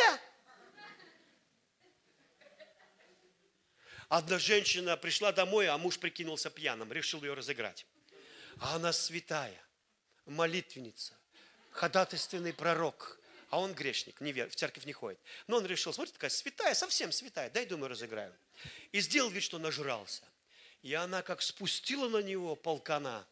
Одна женщина пришла домой, а муж прикинулся пьяным, решил ее разыграть. А она святая, молитвенница, ходатайственный пророк, а он грешник, в церковь не ходит. Но он решил, смотрите, такая святая, совсем святая, дай, думаю, разыграю. И сделал вид, что нажрался. И она как спустила на него полкана.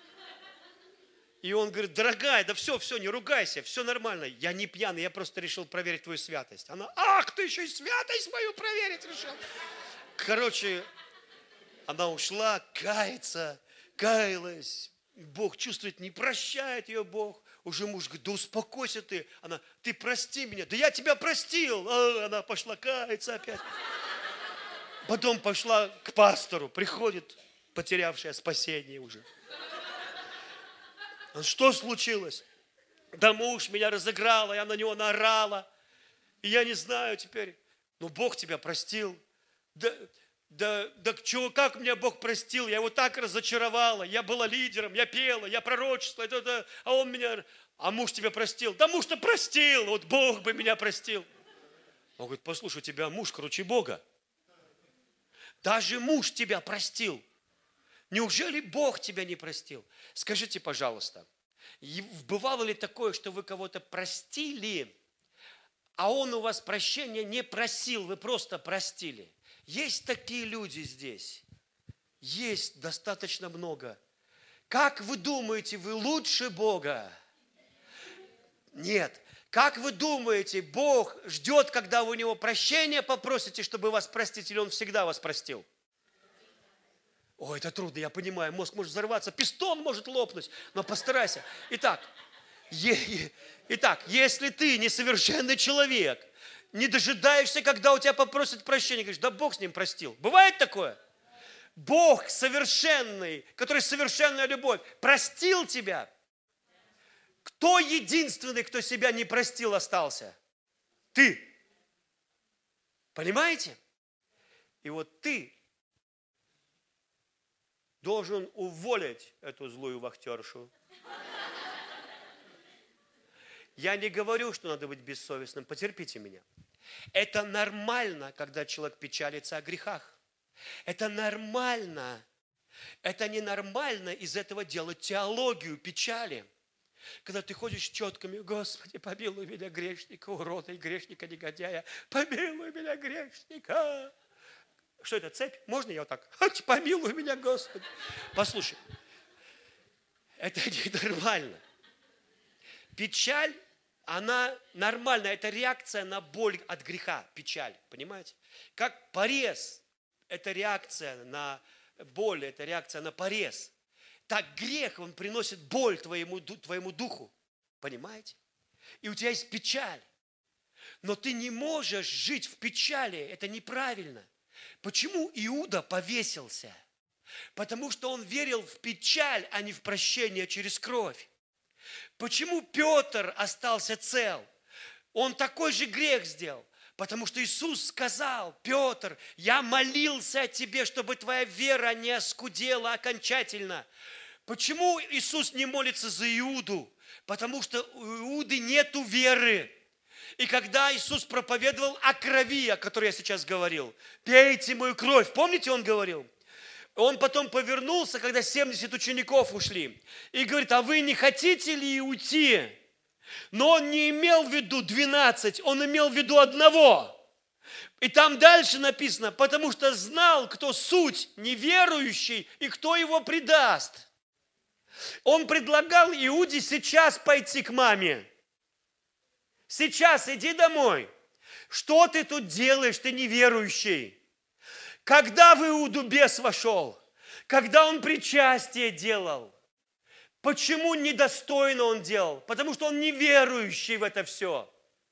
И он говорит, дорогая, да все, не ругайся, все нормально. Я не пьяный, я просто решил проверить твою святость. Она, ах, ты еще и святость мою проверить решил. Короче, она ушла, каялась. Бог чувствует, не прощает ее Бог. Уже муж говорит, да успокойся ты. Она, ты прости меня. Да я тебя простил. Она пошла каяться опять. Потом пошла к пастору. Приходит, потерявшая спасение уже. Что случилось? Да муж меня разыграл, я на него наорала. И я не знаю теперь. Ну, Бог тебя простил. Да чего, как меня Бог простил? Я его так разочаровала. Я была лидером, я пела, я пророчествовала. А он меня... А муж тебя простил? Да муж-то простил. Вот Бог бы меня простил. Он говорит, послушай, у тебя муж круче Бога. Даже муж тебя простил. Неужели Бог тебя не простил? Скажите, пожалуйста, бывало ли такое, что вы кого-то простили, а он у вас прощения не просил, вы просто простили? Есть такие люди здесь? Есть достаточно много. Как вы думаете, вы лучше Бога? Нет. Как вы думаете, Бог ждет, когда вы у Него прощения попросите, чтобы вас простить, или Он всегда вас простил? Ой, это трудно, я понимаю, мозг может взорваться, пистон может лопнуть, но постарайся. Итак, если ты несовершенный человек, не дожидаешься, когда у тебя попросят прощения, говоришь, да Бог с ним простил. Бывает такое? Бог совершенный, который совершенная любовь, простил тебя. Кто единственный, кто себя не простил, остался? Ты. Понимаете? И вот ты должен уволить эту злую вахтершу. Я не говорю, что надо быть бессовестным, потерпите меня. Это нормально, когда человек печалится о грехах. Это нормально. Это ненормально из этого делать теологию печали. Когда ты ходишь с четками, Господи, помилуй меня, грешника, урода и грешника, негодяя, помилуй меня, грешника. Что это, цепь? Можно я вот так? Помилуй меня, Господи. Послушай, это ненормально. Печаль, она нормальная, это реакция на боль от греха, печаль, понимаете? Как порез, это реакция на боль, это реакция на порез. Так грех, он приносит боль твоему духу, понимаете? И у тебя есть печаль, но ты не можешь жить в печали, это неправильно. Почему Иуда повесился? Потому что он верил в печаль, а не в прощение через кровь. Почему Петр остался цел? Он такой же грех сделал. Потому что Иисус сказал, Петр, я молился о тебе, чтобы твоя вера не оскудела окончательно. Почему Иисус не молится за Иуду? Потому что у Иуды нету веры. И когда Иисус проповедовал о крови, о которой я сейчас говорил, пейте мою кровь, помните, он говорил? Он потом повернулся, когда 70 учеников ушли, и говорит, а вы не хотите ли уйти? Но он не имел в виду 12, он имел в виду одного. И там дальше написано, потому что знал, кто суть неверующий и кто его предаст. Он предлагал Иуде сейчас пойти к маме. Сейчас иди домой. Что ты тут делаешь, ты неверующий? Когда в Иуду бес вошел? Когда он причастие делал? Почему недостойно он делал? Потому что он неверующий в это все.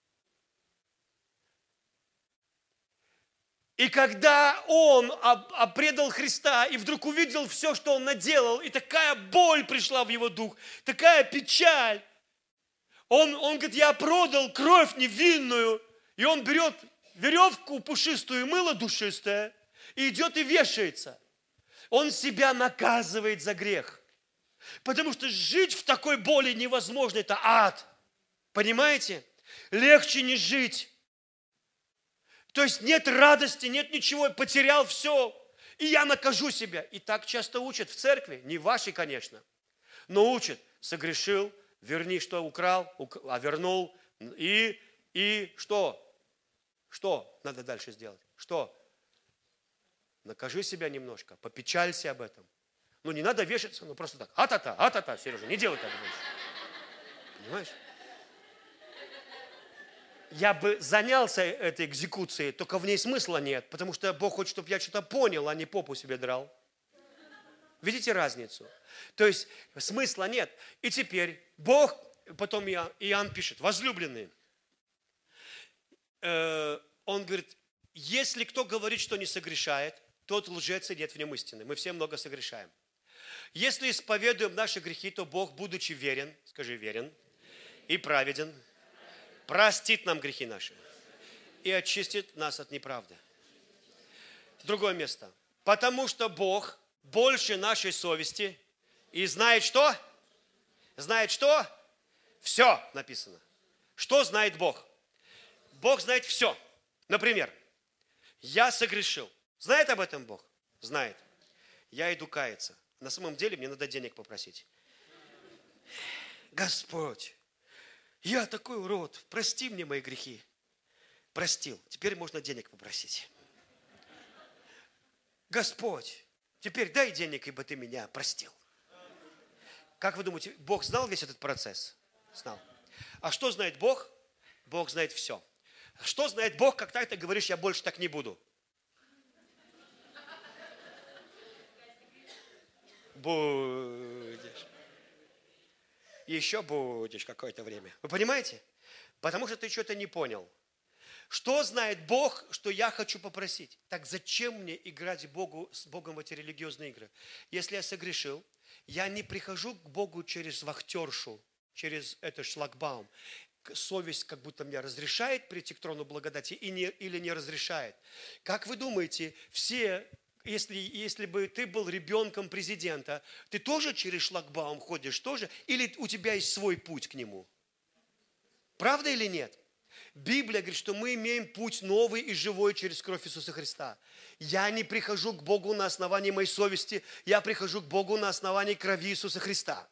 И когда он предал Христа и вдруг увидел все, что он наделал, и такая боль пришла в его дух, такая печаль, он говорит, я продал кровь невинную, и он берет веревку пушистую, мыло душистое, и идет и вешается. Он себя наказывает за грех. Потому что жить в такой боли невозможно, это ад. Понимаете? Легче не жить. То есть нет радости, нет ничего, потерял все, и я накажу себя. И так часто учат в церкви, не вашей, конечно, но учат, согрешил, верни, что украл, а вернул, и что? Что надо дальше сделать? Что? Накажи себя немножко, попечалься об этом. Ну, не надо вешаться, ну, просто так. А-та-та, Сережа, не делай так больше. Понимаешь? Я бы занялся этой экзекуцией, только в ней смысла нет, потому что Бог хочет, чтобы я что-то понял, а не попу себе драл. Видите разницу? То есть смысла нет. И теперь Бог, потом Иоанн пишет, возлюбленные, он говорит, если кто говорит, что не согрешает, тот лжец и нет в нем истины. Мы все много согрешаем. Если исповедуем наши грехи, то Бог, будучи верен, скажи верен, и праведен, простит нам грехи наши и очистит нас от неправды. Другое место. Потому что Бог больше нашей совести и знает что? Знает что? Все написано. Что знает Бог? Бог знает все. Например, я согрешил. Знает об этом Бог? Знает. Я иду каяться. На самом деле мне надо денег попросить. Господь, я такой урод, прости мне мои грехи. Простил. Теперь можно денег попросить. Господь, теперь дай денег, ибо ты меня простил. Как вы думаете, Бог знал весь этот процесс? Знал. А что знает Бог? Бог знает все. Что знает Бог, когда ты говоришь, я больше так не буду? Будешь. Еще будешь какое-то время. Вы понимаете? Потому что ты что-то не понял. Что знает Бог, что я хочу попросить? Так зачем мне играть с Богом в эти религиозные игры? Если я согрешил, я не прихожу к Богу через вахтершу, через этот шлагбаум. Совесть как будто меня разрешает прийти к трону благодати или не разрешает. Как вы думаете, если бы ты был ребенком президента, ты тоже через шлагбаум ходишь тоже? Или у тебя есть свой путь к нему? Правда или нет? Библия говорит, что мы имеем путь новый и живой через кровь Иисуса Христа. Я не прихожу к Богу на основании моей совести, я прихожу к Богу на основании крови Иисуса Христа.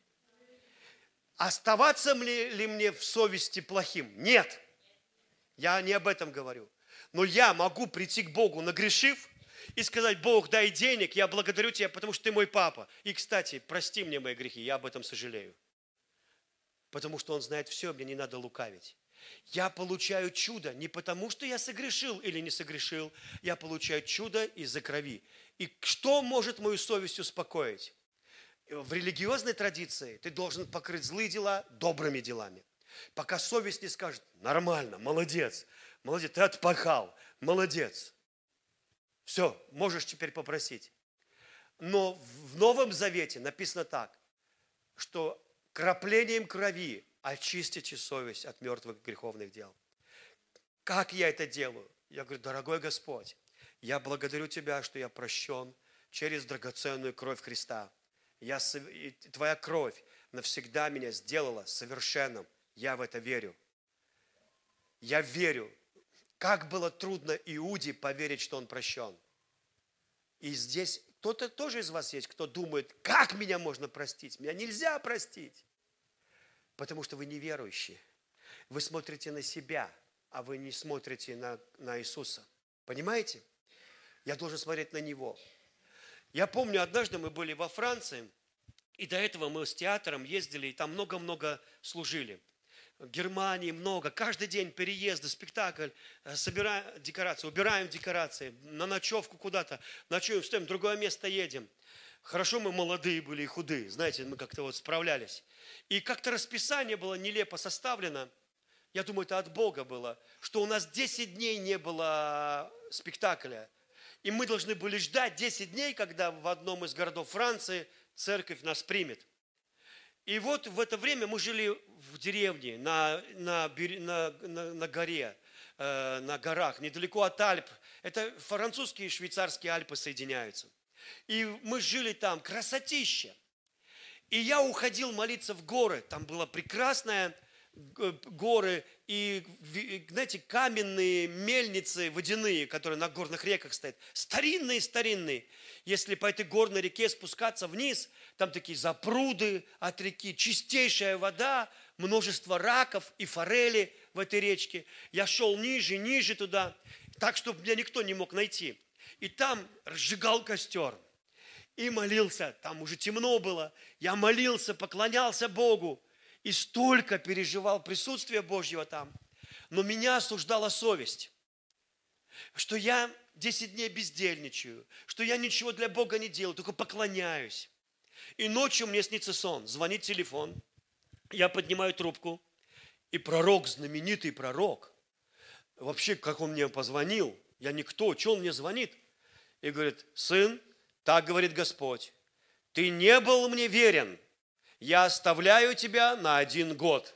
Оставаться ли мне в совести плохим? Нет. Я не об этом говорю. Но я могу прийти к Богу, нагрешив, и сказать: Бог, дай денег, я благодарю Тебя, потому что Ты мой папа. И, кстати, прости мне мои грехи, я об этом сожалею. Потому что Он знает все, мне не надо лукавить. Я получаю чудо не потому, что я согрешил или не согрешил, я получаю чудо из-за крови. И что может мою совесть успокоить? В религиозной традиции ты должен покрыть злые дела добрыми делами. Пока совесть не скажет: нормально, молодец, молодец, ты отпахал, молодец. Все, можешь теперь попросить. Но в Новом Завете написано так, что краплением крови очистите совесть от мертвых греховных дел. Как я это делаю? Я говорю: дорогой Господь, я благодарю Тебя, что я прощен через драгоценную кровь Христа. Твоя кровь навсегда меня сделала совершенным. Я в это верю. Я верю. Как было трудно Иуде поверить, что он прощен. И здесь кто-то тоже из вас есть, кто думает: как меня можно простить? Меня нельзя простить. Потому что вы неверующие. Вы смотрите на себя, а вы не смотрите на Иисуса. Понимаете? Я должен смотреть на Него. Я помню, однажды мы были во Франции, и до этого мы с театром ездили, и там много-много служили. В Германии много, каждый день переезды, спектакль, собираем декорации, убираем декорации, на ночевку куда-то, ночуем, стоим, в другое место едем. Хорошо, мы молодые были и худые, знаете, мы как-то вот справлялись. И как-то расписание было нелепо составлено, я думаю, это от Бога было, что у нас 10 дней не было спектакля. И мы должны были ждать 10 дней, когда в одном из городов Франции церковь нас примет. И вот в это время мы жили в деревне, на горе, на горах, недалеко от Альп. Это французские и швейцарские Альпы соединяются. И мы жили там, красотища. И я уходил молиться в горы. Там было прекрасное горы и, знаете, каменные мельницы водяные, которые на горных реках стоят. Старинные. Если по этой горной реке спускаться вниз, там такие запруды от реки, чистейшая вода, множество раков и форели в этой речке. Я шел ниже туда, так, чтобы меня никто не мог найти. И там разжигал костер и молился. Там уже темно было. Я молился, поклонялся Богу. И столько переживал присутствие Божьего там. Но меня осуждала совесть, что я 10 дней бездельничаю, что я ничего для Бога не делаю, только поклоняюсь. И ночью мне снится сон, звонит телефон, я поднимаю трубку, и пророк, знаменитый пророк, вообще, как он мне позвонил, я никто, что он мне звонит? И говорит: сын, так говорит Господь, ты не был мне верен, я оставляю тебя на 1 год.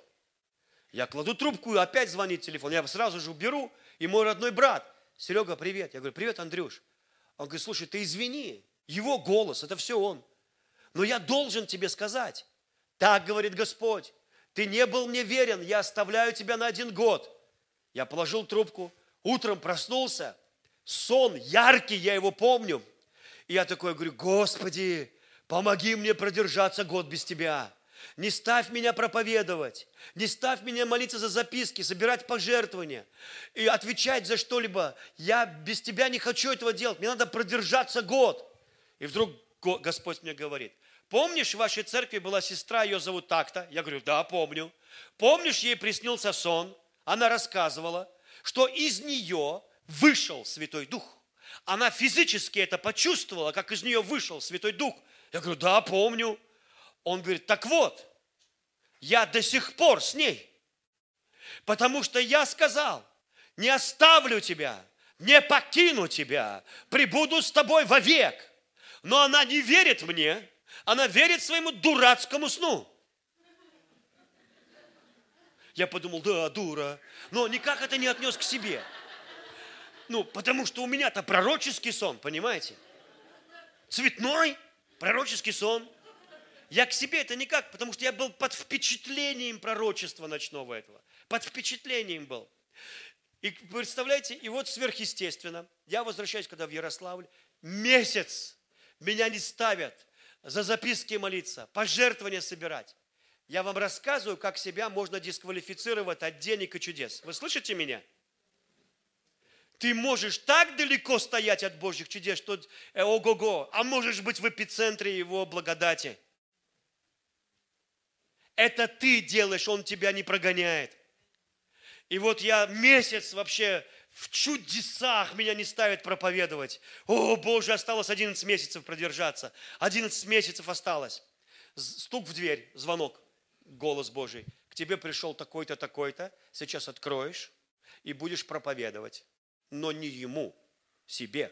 Я кладу трубку, и опять звонит телефон. Я сразу же беру, и мой родной брат: Серега, привет. Я говорю: привет, Андрюш. Он говорит: слушай, ты извини, его голос, это все он. Но я должен тебе сказать, так говорит Господь, ты не был мне верен, я оставляю тебя на 1 год. Я положил трубку, утром проснулся, сон яркий, я его помню. И я такой говорю: Господи, помоги мне продержаться год без Тебя. Не ставь меня проповедовать, не ставь меня молиться за записки, собирать пожертвования и отвечать за что-либо. Я без Тебя не хочу этого делать, мне надо продержаться год. И вдруг Господь мне говорит: помнишь, в вашей церкви была сестра, ее зовут так-то? Я говорю: да, помню. Помнишь, ей приснился сон? Она рассказывала, что из нее вышел Святой Дух. Она физически это почувствовала, как из нее вышел Святой Дух. Я говорю, да, помню. Он говорит, так вот, я до сих пор с ней. Потому что я сказал, не оставлю тебя, не покину тебя, прибуду с тобой вовек. Но она не верит мне, она верит своему дурацкому сну. Я подумал, да, дура, но никак это не отнес к себе. Потому что у меня-то пророческий сон, понимаете? Цветной пророческий сон. Я к себе это никак, потому что я был под впечатлением пророчества ночного этого. Под впечатлением был. И представляете, и вот сверхъестественно, я возвращаюсь, когда в Ярославль, месяц меня не ставят за записки молиться, пожертвования собирать. Я вам рассказываю, как себя можно дисквалифицировать от денег и чудес. Вы слышите меня? Ты можешь так далеко стоять от Божьих чудес, что ого-го, а можешь быть в эпицентре Его благодати. Это ты делаешь, Он тебя не прогоняет. И вот я месяц вообще в чудесах меня не ставят проповедовать. О, Боже, осталось 11 месяцев продержаться. 11 месяцев осталось. Стук в дверь, звонок, голос Божий. К тебе пришел такой-то, такой-то. Сейчас откроешь и будешь проповедовать. Но не ему, себе.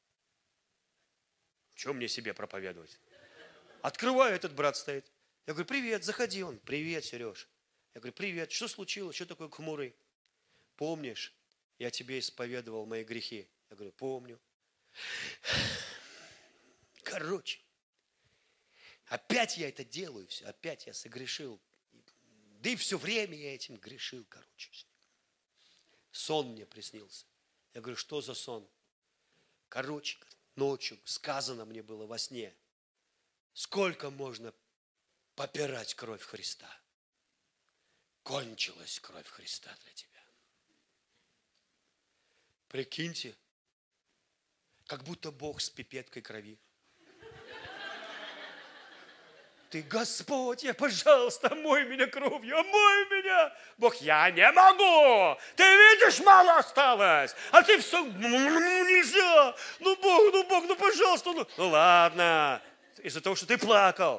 Чего мне себе проповедовать? Открываю, этот брат стоит. Я говорю, привет, заходи. Он, привет, Сереж. Я говорю, привет, что случилось? Что такое хмурый? Помнишь, я тебе исповедовал мои грехи? Я говорю, помню. Короче, опять я это делаю, все, опять я согрешил. Да и все время я этим грешил, короче. Сон мне приснился. Я говорю, что за сон? Короче, ночью сказано мне было во сне, сколько можно попирать кровь Христа. Кончилась кровь Христа для тебя. Прикиньте, как будто Бог с пипеткой крови. Ты, Господь, пожалуйста, омой меня кровью, омой меня. Бог, я не могу. Ты видишь, мало осталось. А ты все, нельзя. Бог, пожалуйста. Ну ладно, из-за того, что ты плакал.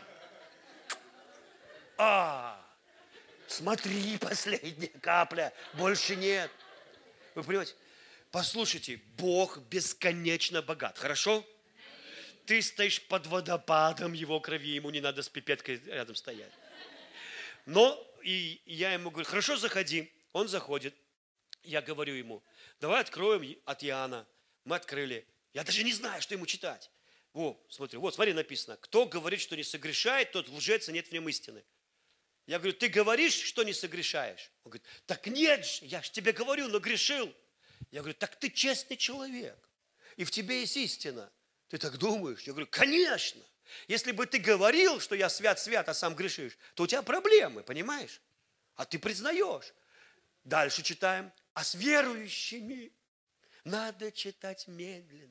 Смотри, последняя капля, больше нет. Вы понимаете? Послушайте, Бог бесконечно богат, хорошо? Ты стоишь под водопадом Его крови, Ему не надо с пипеткой рядом стоять. Но и я ему говорю, хорошо, заходи. Он заходит. Я говорю ему, давай откроем от Иоанна. Мы открыли. Я даже не знаю, что ему читать. Смотри, написано. Кто говорит, что не согрешает, тот лжец, и нет в нем истины. Я говорю, ты говоришь, что не согрешаешь? Он говорит, так нет же, я же тебе говорю, но грешил. Я говорю, так ты честный человек, и в тебе есть истина. Ты так думаешь? Я говорю, конечно. Если бы ты говорил, что я свят-свят, а сам грешишь, то у тебя проблемы, понимаешь? А ты признаешь. Дальше читаем. А с верующими надо читать медленно.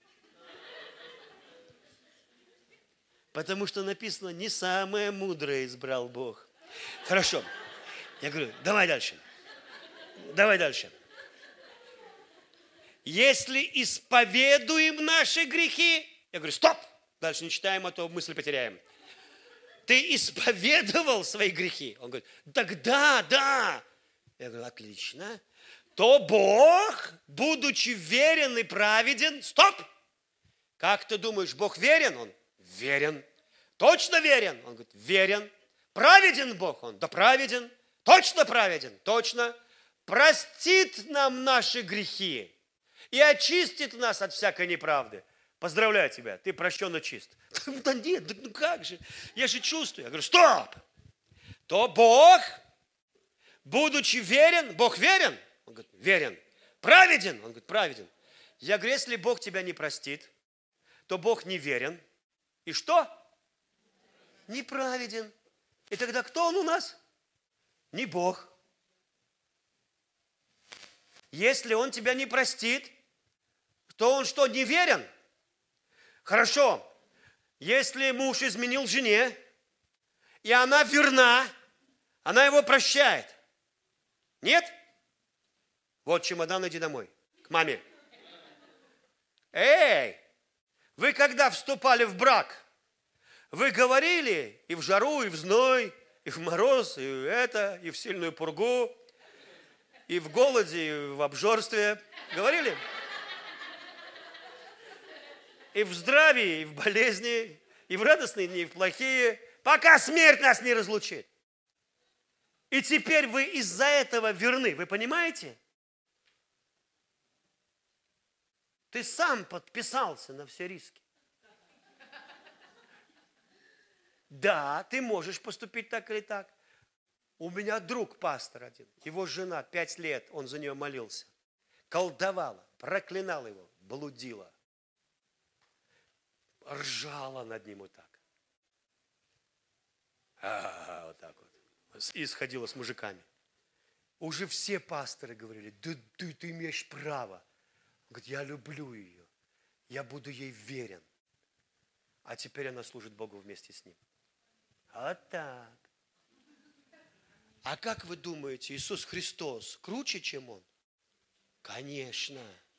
Потому что написано, не самое мудрое избрал Бог. Хорошо. Я говорю, давай дальше. Если исповедуем наши грехи, я говорю, стоп, дальше не читаем, а то мысль потеряем. Ты исповедовал свои грехи? Он говорит, да. Я говорю, отлично. То Бог, будучи верен и праведен, стоп. Как ты думаешь, Бог верен? Он верен. Точно верен? Он говорит, верен. Праведен Бог? Он, да праведен. Точно праведен? Точно. Простит нам наши грехи и очистит нас от всякой неправды. Поздравляю тебя, ты прощен и чист. Да нет, ну как же, я же чувствую. Я говорю, стоп! То Бог, будучи верен, Бог верен? Он говорит, верен. Праведен? Он говорит, праведен. Я говорю, если Бог тебя не простит, то Бог не верен. И что? Неправеден. И тогда кто он у нас? Не Бог. Если он тебя не простит, то он что, не верен? Хорошо. Если муж изменил жене, и она верна, она его прощает. Нет? Вот чемодан, иди домой, к маме. Эй, вы когда вступали в брак, вы говорили и в жару, и в зной, и в мороз, и в сильную пургу, и в голоде, и в обжорстве. Говорили? И в здравии, и в болезни, и в радостные дни, и в плохие, пока смерть нас не разлучит. И теперь вы из-за этого верны. Вы понимаете? Ты сам подписался на все риски. Да, ты можешь поступить так или так. У меня друг пастор один. Его жена 5 лет, он за нее молился. Колдовала, проклинала его, блудила. Ржала над ним вот так. Вот так вот. И сходила с мужиками. Уже все пасторы говорили, да ты имеешь право. Он говорит, я люблю ее. Я буду ей верен. А теперь она служит Богу вместе с ним. Вот так. А как вы думаете, Иисус Христос круче, чем Он? Конечно.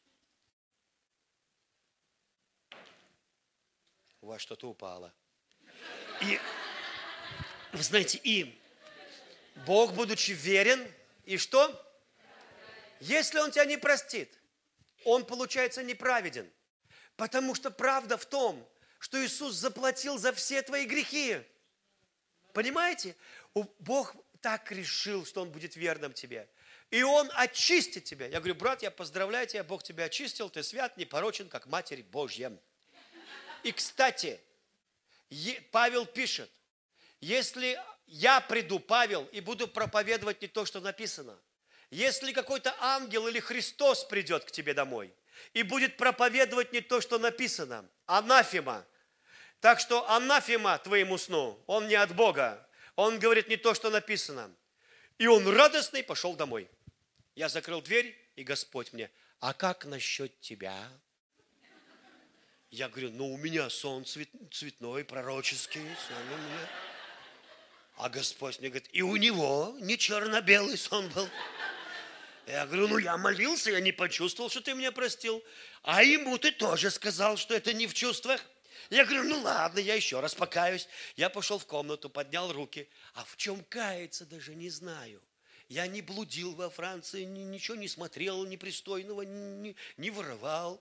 У вас что-то упало. И, вы знаете, и Бог, будучи верен, и что? Если Он тебя не простит, Он, получается, неправеден. Потому что правда в том, что Иисус заплатил за все твои грехи. Понимаете? Бог так решил, что Он будет верным тебе. И Он очистит тебя. Я говорю, брат, я поздравляю тебя, Бог тебя очистил, ты свят, непорочен, как Матерь Божья. И, кстати, Павел пишет, если я приду, Павел, и буду проповедовать не то, что написано, если какой-то ангел или Христос придет к тебе домой и будет проповедовать не то, что написано, анафема. Так что анафема твоему сну, он не от Бога, он говорит не то, что написано. И он радостный пошел домой. Я закрыл дверь, и Господь мне, а как насчет тебя? Я говорю, ну у меня сон цветной, пророческий, сон у меня. А Господь мне говорит, и у него не черно-белый сон был. Я говорю, ну я молился, я не почувствовал, что ты меня простил. А ему ты тоже сказал, что это не в чувствах. Я говорю, ну ладно, я еще раз покаюсь. Я пошел в комнату, поднял руки. А в чем каяться даже не знаю. Я не блудил во Франции, ничего не смотрел непристойного, не воровал.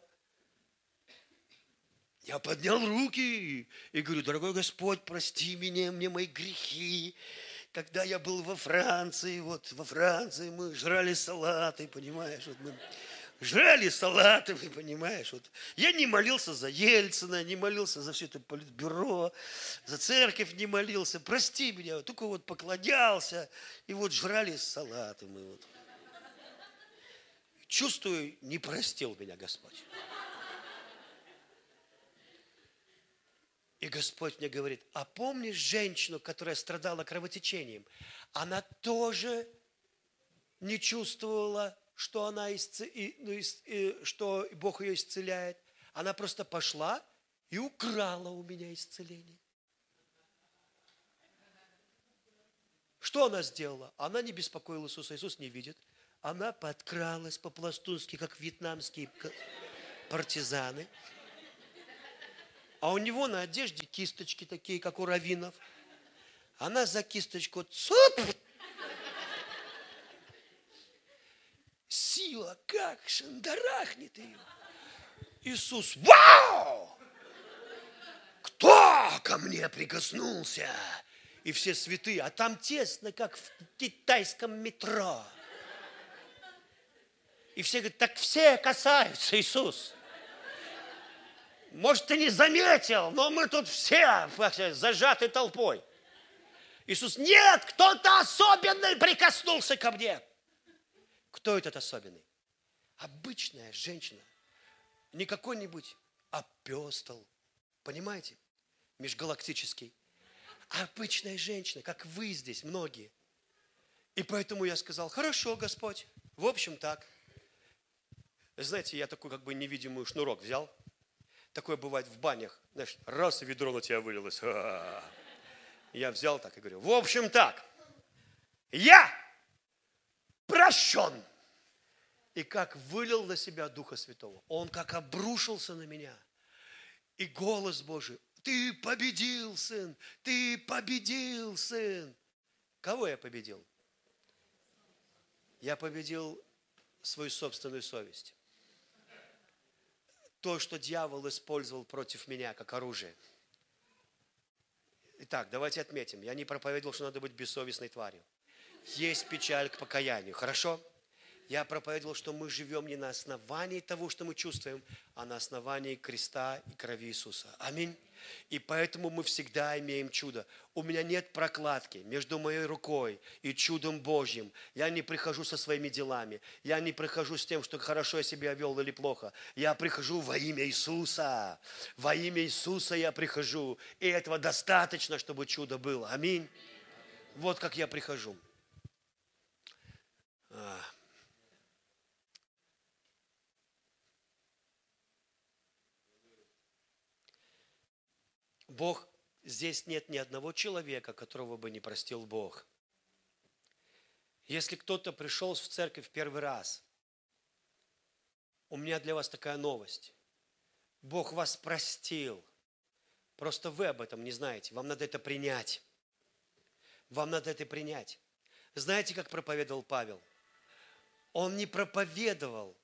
Я поднял руки и говорю, дорогой Господь, прости меня, мне мои грехи. Когда я был во Франции, вот во Франции мы жрали салаты, понимаешь, вот мы жрали салаты, понимаешь, вот. Я не молился за Ельцина, не молился за все это политбюро, за церковь не молился, прости меня, только вот поклонялся, и вот жрали салаты мы вот. Чувствую, не простил меня Господь. И Господь мне говорит, а помнишь женщину, которая страдала кровотечением? Она тоже не чувствовала, что, что Бог ее исцеляет. Она просто пошла и украла у меня исцеление. Что она сделала? Она не беспокоила Иисуса, Иисус не видит. Она подкралась по-пластунски, как вьетнамские партизаны. А у него на одежде кисточки такие, как у раввинов. Она за кисточку цуп. Сила как шандарахнет ее. Иисус, вау! Кто ко мне прикоснулся? И все святые, а там тесно, как в китайском метро. И все говорят, так все касаются, Иисус. Может, ты не заметил, но мы тут все зажаты толпой. Иисус, нет, кто-то особенный прикоснулся ко мне. Кто этот особенный? Обычная женщина. Не какой-нибудь апостол. Понимаете? Межгалактический. Обычная женщина, как вы здесь, многие. И поэтому я сказал, хорошо, Господь, в общем так. Знаете, я такой как бы невидимый шнурок взял. Такое бывает в банях. Знаешь, раз и ведро на тебя вылилось. Я взял так и говорю, в общем так, я прощен. и как вылил на себя Духа Святого. Он как обрушился на меня. И голос Божий: ты победил, сын, ты победил, сын. Кого я победил? Я победил свою собственную совесть. То, что дьявол использовал против меня как оружие. Итак, давайте отметим. Я не проповедовал, что надо быть бессовестной тварью. Есть печаль к покаянию. Хорошо? Я проповедовал, что мы живем не на основании того, что мы чувствуем, а на основании креста и крови Иисуса. Аминь. И поэтому мы всегда имеем чудо. У меня нет прокладки между моей рукой и чудом Божьим. Я не прихожу со своими делами. Я не прихожу с тем, что хорошо я себя вел или плохо. Я прихожу во имя Иисуса. Во имя Иисуса я прихожу. И этого достаточно, чтобы чудо было. Аминь. Вот как я прихожу. Бог, здесь нет ни одного человека, которого бы не простил Бог. Если кто-то пришел в церковь в первый раз, у меня для вас такая новость. Бог вас простил. Просто вы об этом не знаете. Вам надо это принять. Вам надо это принять. Знаете, как проповедовал Павел? Он не проповедовал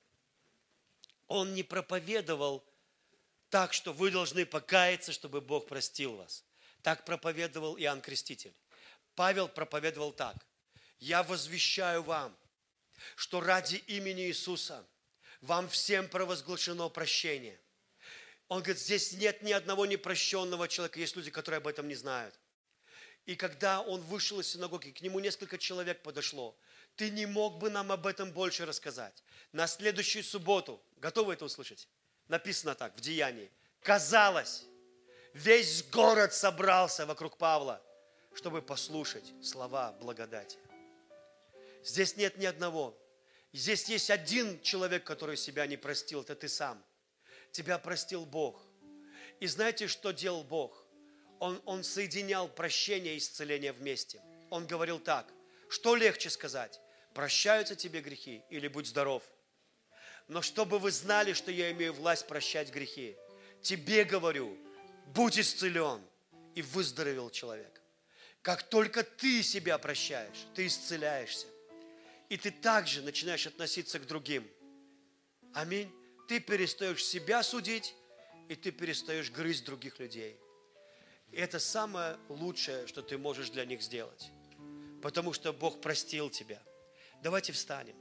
так, что вы должны покаяться, чтобы Бог простил вас. Так проповедовал Иоанн Креститель. Павел проповедовал так: я возвещаю вам, что ради имени Иисуса вам всем провозглашено прощение. Он говорит, здесь нет ни одного непрощенного человека. Есть люди, которые об этом не знают. И когда он вышел из синагоги, к нему несколько человек подошло. Ты не мог бы нам об этом больше рассказать? На следующую субботу, готовы это услышать? Написано так, в Деянии. Казалось, весь город собрался вокруг Павла, чтобы послушать слова благодати. Здесь нет ни одного. Здесь есть один человек, который себя не простил, это ты сам. Тебя простил Бог. И знаете, что делал Бог? Он соединял прощение и исцеление вместе. Он говорил так: что легче сказать? Прощаются тебе грехи или будь здоров? Но чтобы вы знали, что я имею власть прощать грехи, тебе говорю, будь исцелен. И выздоровел человек. Как только ты себя прощаешь, ты исцеляешься. И ты также начинаешь относиться к другим. Аминь. Ты перестаешь себя судить, и ты перестаешь грызть других людей. И это самое лучшее, что ты можешь для них сделать. Потому что Бог простил тебя. Давайте встанем.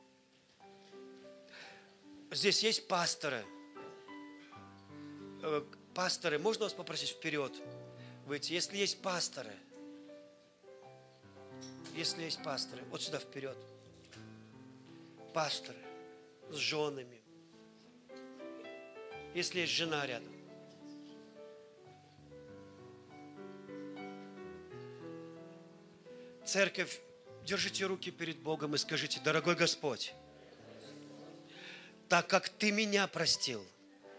Здесь есть пасторы. Пасторы, можно вас попросить вперед выйти? Если есть пасторы, вот сюда вперед. Пасторы с женами. Если есть жена рядом. Церковь, держите руки перед Богом и скажите: дорогой Господь, так как Ты меня простил,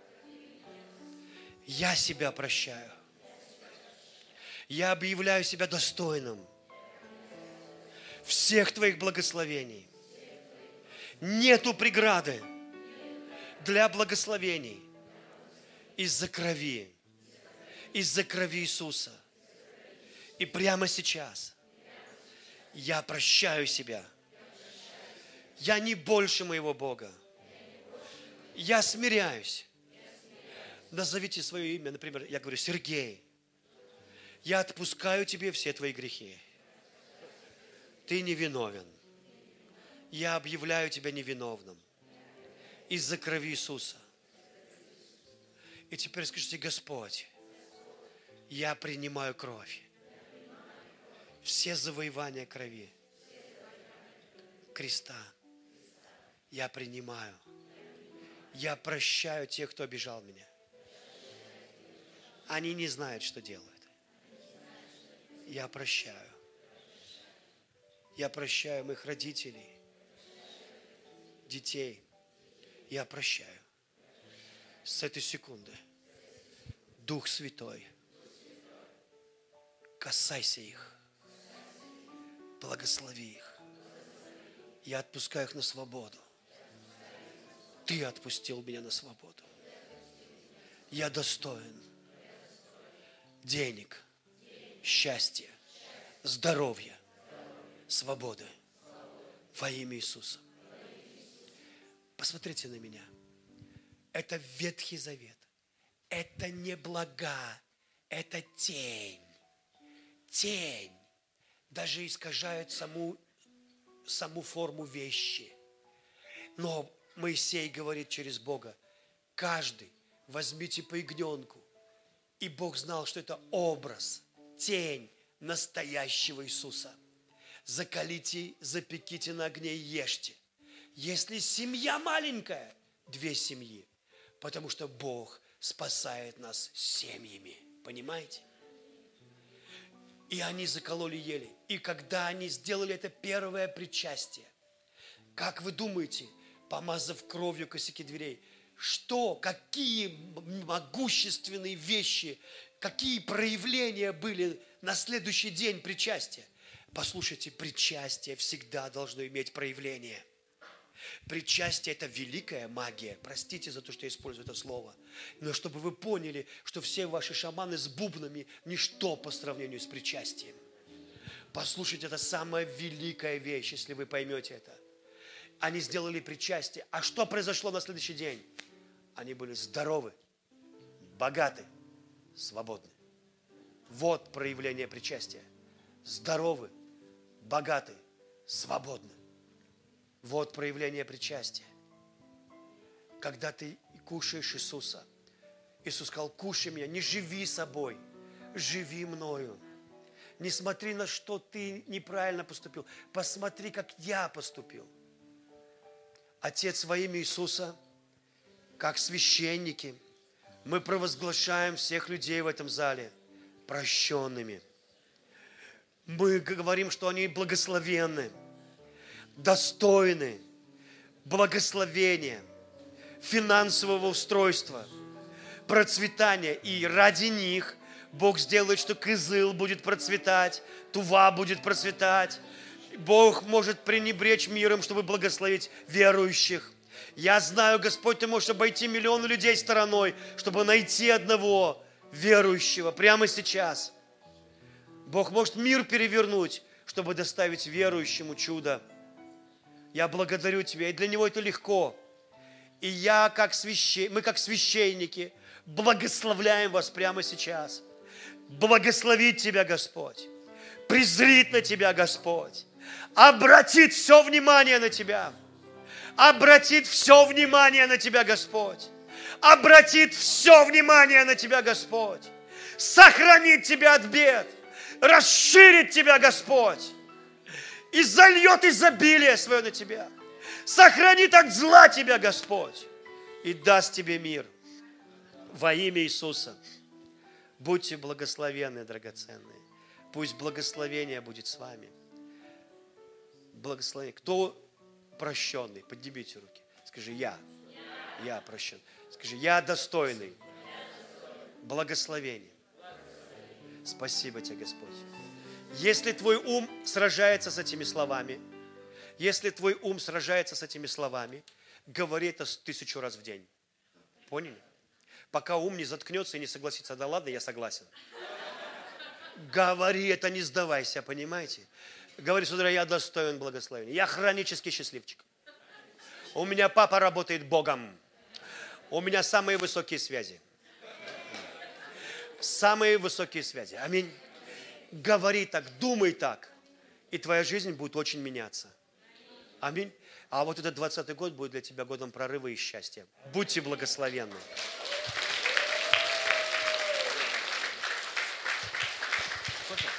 я себя прощаю. Я объявляю себя достойным всех Твоих благословений. Нету преграды для благословений из-за крови Иисуса. И прямо сейчас я прощаю себя. Я не больше моего Бога. Я смиряюсь. Назовите свое имя. Например, я говорю: Сергей, я отпускаю тебе все твои грехи. Ты невиновен. Я объявляю тебя невиновным из-за крови Иисуса. И теперь скажите: Господь, я принимаю кровь. Все завоевания крови, креста я принимаю. Я прощаю тех, кто обижал меня. Они не знают, что делают. Я прощаю. Я прощаю моих родителей, детей. Я прощаю. С этой секунды Дух Святой, касайся их. Благослови их. Я отпускаю их на свободу. Ты отпустил меня на свободу. Я достоин денег, счастья, здоровья, свободы во имя Иисуса. Посмотрите на меня. Это Ветхий Завет. Это не блага, это тень. Тень даже искажает саму форму вещи. Но Моисей говорит через Бога: каждый возьмите по ягненку. И Бог знал, что это образ, тень настоящего Иисуса. Закалите, запеките на огне и ешьте. Если семья маленькая, 2 семьи. Потому что Бог спасает нас семьями. Понимаете? И они закололи, ели. И когда они сделали это первое причастие, как вы думаете, помазав кровью косяки дверей, какие могущественные вещи, какие проявления были на следующий день причастия? Послушайте, причастие всегда должно иметь проявление. Причастие – это великая магия. Простите за то, что я использую это слово. Но чтобы вы поняли, что все ваши шаманы с бубнами – ничто по сравнению с причастием. Послушайте, это самая великая вещь, если вы поймете это. Они сделали причастие. А что произошло на следующий день? Они были здоровы, богаты, свободны. Вот проявление причастия. Здоровы, богаты, свободны. Вот проявление причастия. Когда ты кушаешь Иисуса, Иисус сказал: кушай меня, не живи собой, живи мною. Не смотри, на что ты неправильно поступил, посмотри, как я поступил. Отец, во имя Иисуса, как священники, мы провозглашаем всех людей в этом зале прощенными. Мы говорим, что они благословенны, достойны благословения, финансового устройства, процветания. И ради них Бог сделает, что Кызыл будет процветать, Тува будет процветать. Бог может пренебречь миром, чтобы благословить верующих. Я знаю, Господь, Ты можешь обойти миллионы людей стороной, чтобы найти одного верующего прямо сейчас. Бог может мир перевернуть, чтобы доставить верующему чудо. Я благодарю Тебя, и для Него это легко. И мы, как священники, благословляем вас прямо сейчас. Благословит Тебя Господь, презрит на Тебя Господь, обратит все внимание на Тебя. Обратит все внимание на Тебя Господь. Обратит все внимание на Тебя Господь. Сохранит Тебя от бед. Расширит Тебя Господь. И зальет изобилие свое на Тебя. Сохранит от зла Тебя Господь. И даст Тебе мир. Во имя Иисуса. Будьте благословенны, драгоценные. Пусть благословение будет с вами. Благословение. Кто прощенный? Поднимите руки. Скажи: я. Я прощен. Скажи: я достойный благословения. Спасибо Тебе, Господь. Если твой ум сражается с этими словами, говори это 1000 раз в день. Поняли? Пока ум не заткнется и не согласится: да ладно, я согласен. Говори это, не сдавайся, понимаете? Говори: сударь, я достоин благословения. Я хронический счастливчик. У меня папа работает Богом. У меня самые высокие связи. Самые высокие связи. Аминь. Говори так, думай так. И твоя жизнь будет очень меняться. Аминь. А вот этот 20-й год будет для тебя годом прорыва и счастья. Будьте благословенны. Пожалуйста.